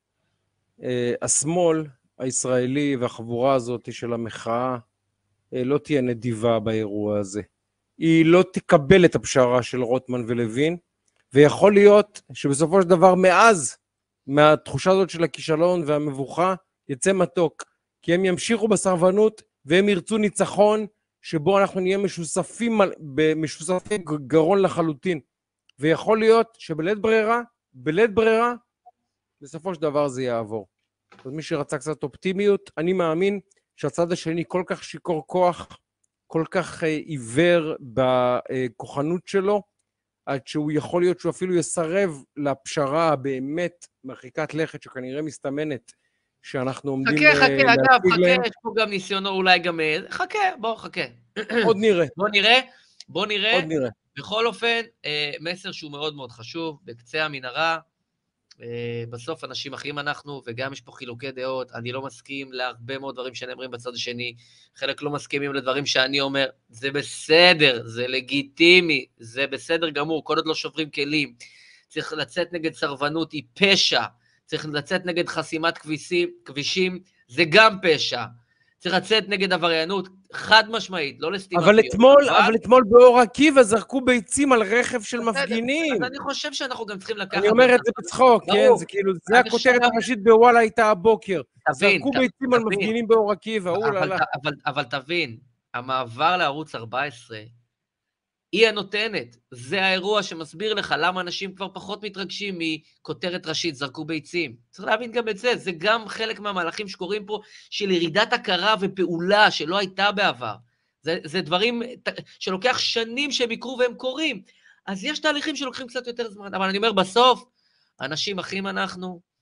השמאל הישראלי והחבורה הזאת של המחאה לא תהיה נדיבה באירוע הזה. היא לא תקבל את הפשרה של רוטמן ולוין, ויכול להיות שבסופו של דבר מהתחושה הזאת של הכישלון והמבוכה, יצא מתוק, כי הם ימשיכו בסרבנות, והם ירצו ניצחון, שבו אנחנו נהיה משוספי גרון לחלוטין. ויכול להיות שבלית ברירה, בסופו של דבר זה יעבור. אז מי שרצה קצת אופטימיות, אני מאמין שהצד השני כל כך שיקור כוח, כל כך עיוור בכוחנות שלו, עד שהוא יכול להיות שהוא אפילו יסרב לפשרה הבאמת מרחיקת לכת, שכנראה מסתמנת, שאנחנו עומדים חכה, אגב, יש פה גם ניסיונו, אולי גם... חכה. עוד נראה. בוא נראה. בכל אופן, מסר שהוא מאוד מאוד חשוב, בקצה המנהרה, בסוף אנשים אחים אנחנו, וגם יש פה חילוקי דעות, אני לא מסכים להרבה מאוד דברים שנאמרים בצד השני, חלק לא מסכימים לדברים שאני אומר, זה בסדר, זה לגיטימי, זה בסדר גמור, כל עוד לא שוברים כלים, צריך לצאת נגד סרבנות, היא פשע, צריך לצאת נגד חסימת כבישים, זה גם פשע, צריך לצאת נגד עבריינות, חד משמעית, לא לסתימת פיות. אבל אתמול באור עקיבא זרקו ביצים על רכב של מפגינים. אז אני חושב שאנחנו גם צריכים לקחת... אני אומר את זה בצחוק, כן? זה כאילו, זה הכותרת הראשית בוואלה הייתה הבוקר. זרקו ביצים על מפגינים באור עקיבא, אבל תבין, המעבר לערוץ 14, היא הנותנת, זה האירוע שמסביר לך למה אנשים כבר פחות מתרגשים מכותרת ראשית, זרקו ביצים. צריך להבין גם את זה, זה גם חלק מהמהלכים שקורים פה, של ירידת הכרה ופעולה שלא הייתה בעבר. זה דברים שלוקח שנים שהם יקרו והם קורים. אז יש תהליכים שלוקחים קצת יותר זמן, אבל אני אומר בסוף, אנשים אחים אנחנו,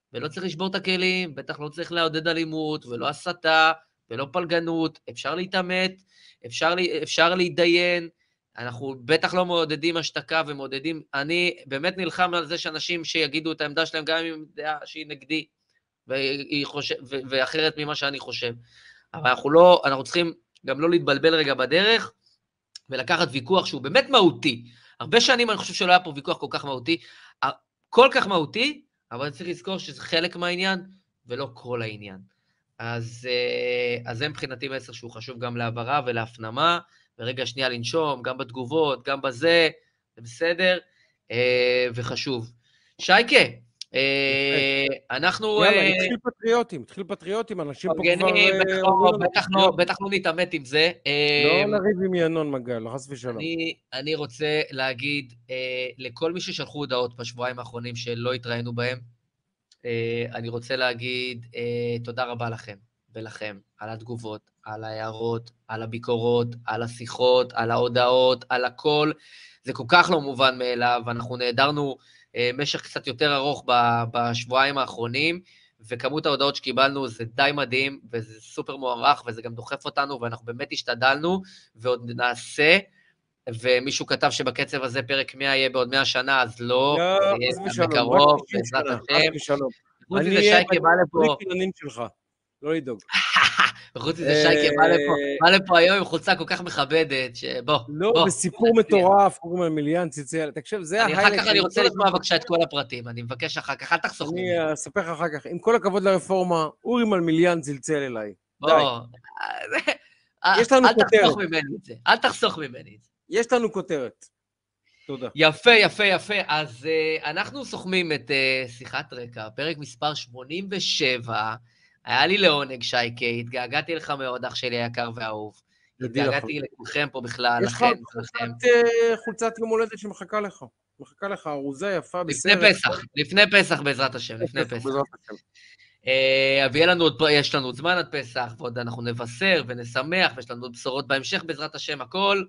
ולא צריך לשבור את הכלים, בטח לא צריך לעודד אלימות, ולא הסתה, ולא פלגנות, אפשר להתאמת, אפשר להתדיין, אנחנו בטח לא מעודדים השתקה ומעודדים, אני באמת נלחם על זה שאנשים שיגידו את העמדה שלהם, גם אם דעה שהיא נגדי, ואחרת ממה שאני חושב. אבל אנחנו צריכים גם לא להתבלבל רגע בדרך, ולקחת ויכוח שהוא באמת מהותי. הרבה שנים אני חושב שלא היה פה ויכוח כל כך מהותי, כל כך מהותי, אבל צריך לזכור שזה חלק מהעניין, ולא כל העניין. אז זה מבחינתי מסר שהוא חשוב גם להעברה ולהפנמה, ורגע שנייה לנשום, גם בתגובות, גם בזה, זה בסדר, וחשוב. שייקה, אנחנו... יאללה, התחיל פטריוטים, אנשים פה כבר... בטח לא נתאמת עם זה. לא נריב עם ינון מגל, חס ושלום. אני רוצה להגיד לכל מי ששלחו הודעות בשבועיים האחרונים שלא התראינו בהם, אני רוצה להגיד תודה רבה לכם ולכם על התגובות, על ההערות, על הביקורות, על השיחות, על ההודעות, על הכל. זה כל כך לא מובן מאליו, אנחנו נהדרנו משך קצת יותר ארוך בשבועיים האחרונים, וכמות ההודעות שקיבלנו זה די מדהים, וזה סופר מוערך, וזה גם דוחף אותנו, ואנחנו באמת השתדלנו, ועוד נעשה, ומישהו כתב שבקצב הזה פרק 100 יהיה בעוד 100 שנה, אז לא, זה יהיה בקרוב, בעזרת השם. אני אהיה בלי שלך, לא לדאוג. וחוץ מזה שייקה בא לפה היום עם חולצה כל כך מכבדת, שבוא. לא, בסיפור מטורף, קוראים על מיליאן ציציאל, תקשב, זה אחר כך אני רוצה לשמוע בבקשה את כל הפרטים, אני מבקש אחר כך, אל תחסוך ממני. אני אספר לך אחר כך, עם כל הכבוד לרפורמה, אורים על מיליאן צלצל אליי. די. אל תחסוך ממני את זה, אל תחסוך ממני את זה. יש לנו כותרת. תודה. יפה, יפה, יפה. אז אנחנו סוכמים את שיחת רקע, פרק מספר 87, היה לי לעונג, שייקה, התגעגעתי לך מאוד, אח שלי היקר והאהוב. התגעגעתי לכולכם פה בכלל, לכם. יש לך חולצת יום הולדת שמחכה לך. מחכה לך, ארוזה יפה בסרט. לפני פסח בעזרת השם, לפני פסח. ויש לנו עוד זמן עד פסח, ועוד אנחנו נבשר ונשמח, ויש לנו עוד בשורות בהמשך בעזרת השם,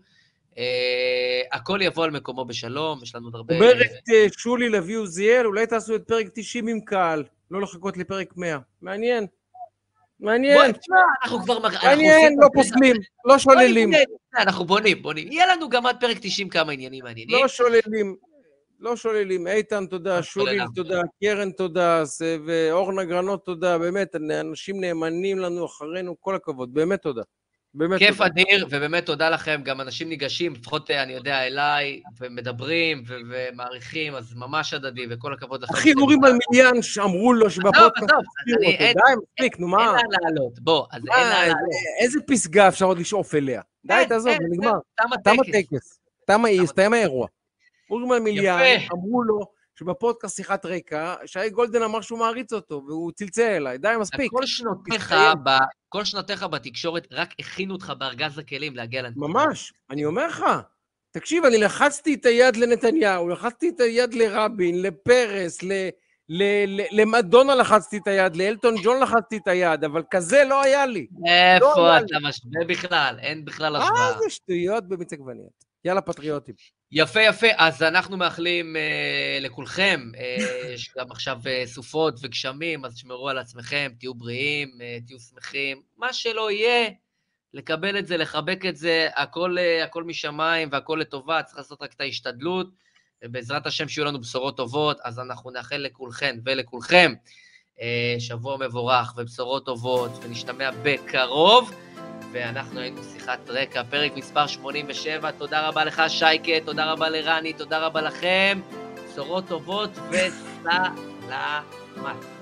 הכל יבוא על מקומו בשלום, יש לנו עוד הרבה... אומרת שולי לוי עוזיאל, אולי תעשו את פרק 90 עם קהל, לא לחכות לפרק 100. מעניין. מעניין. בוא, תשמע, אנחנו כבר... מעניין, לא פוסלים, לא שוללים. אנחנו בונים. יהיה לנו גם עד פרק 90 כמה עניינים מעניינים. לא שוללים. איתן, תודה. שולי, תודה. קרן, תודה. ואורנה גרנות, תודה. באמת, אנשים נאמנים לנו אחרינו, כל הכבוד. באמת תודה. כיף אדיר, ובאמת תודה לכם, גם אנשים ניגשים, לפחות אני יודע, אליי, ומדברים, ומעריכים, אז ממש הדדי, וכל הכבוד לכם. אחי, אורים על מיליאן שאמרו לו שבפודקאסט... די, מספיק, נו מה? אין לה לעלות, בוא, אז אין לה לעלות. איזה פסגה אפשר עוד לשאוף אליה? די, תעזוב, זה נגמר. תם הטקס. תם האירוע. אורים על מיליאן, אמרו לו, שבפודקאסט שיחת רקע, שי גולדן אמר שהוא מעריץ אותו, והוא צלצל אליי, די, מספיק. כל שנותיך בתקשורת רק הכינו אותך בארגז הכלים להגיע לנקודה. ממש, אני אומר לך, תקשיב, אני לחצתי את היד לנתניהו, לחצתי את היד לרבין, לפרס, למדונה לחצתי את היד, לאלטון ג'ון לחצתי את היד, אבל כזה לא היה לי. איפה אתה משווה בכלל? אין בכלל השוואה. זה שטויות במיץ עגבניות. יאללה, פטריוטים. יפה, אז אנחנו מאחלים לכולכם, יש גם עכשיו סופות וגשמים, אז תשמרו על עצמכם, תהיו בריאים, תהיו שמחים, מה שלא יהיה, לקבל את זה, לחבק את זה, הכל משמיים והכל לטובה, צריך לעשות רק את ההשתדלות, ובעזרת השם שיהיו לנו בשורות טובות, אז אנחנו נאחל לכולכם ולכולכם שבוע מבורך ובשורות טובות, ונשתמע בקרוב, ואנחנו היינו שיחת רקע, פרק מספר 87, תודה רבה לך שייקה, תודה רבה לרני, תודה רבה לכם, בשורות טובות וסלמת.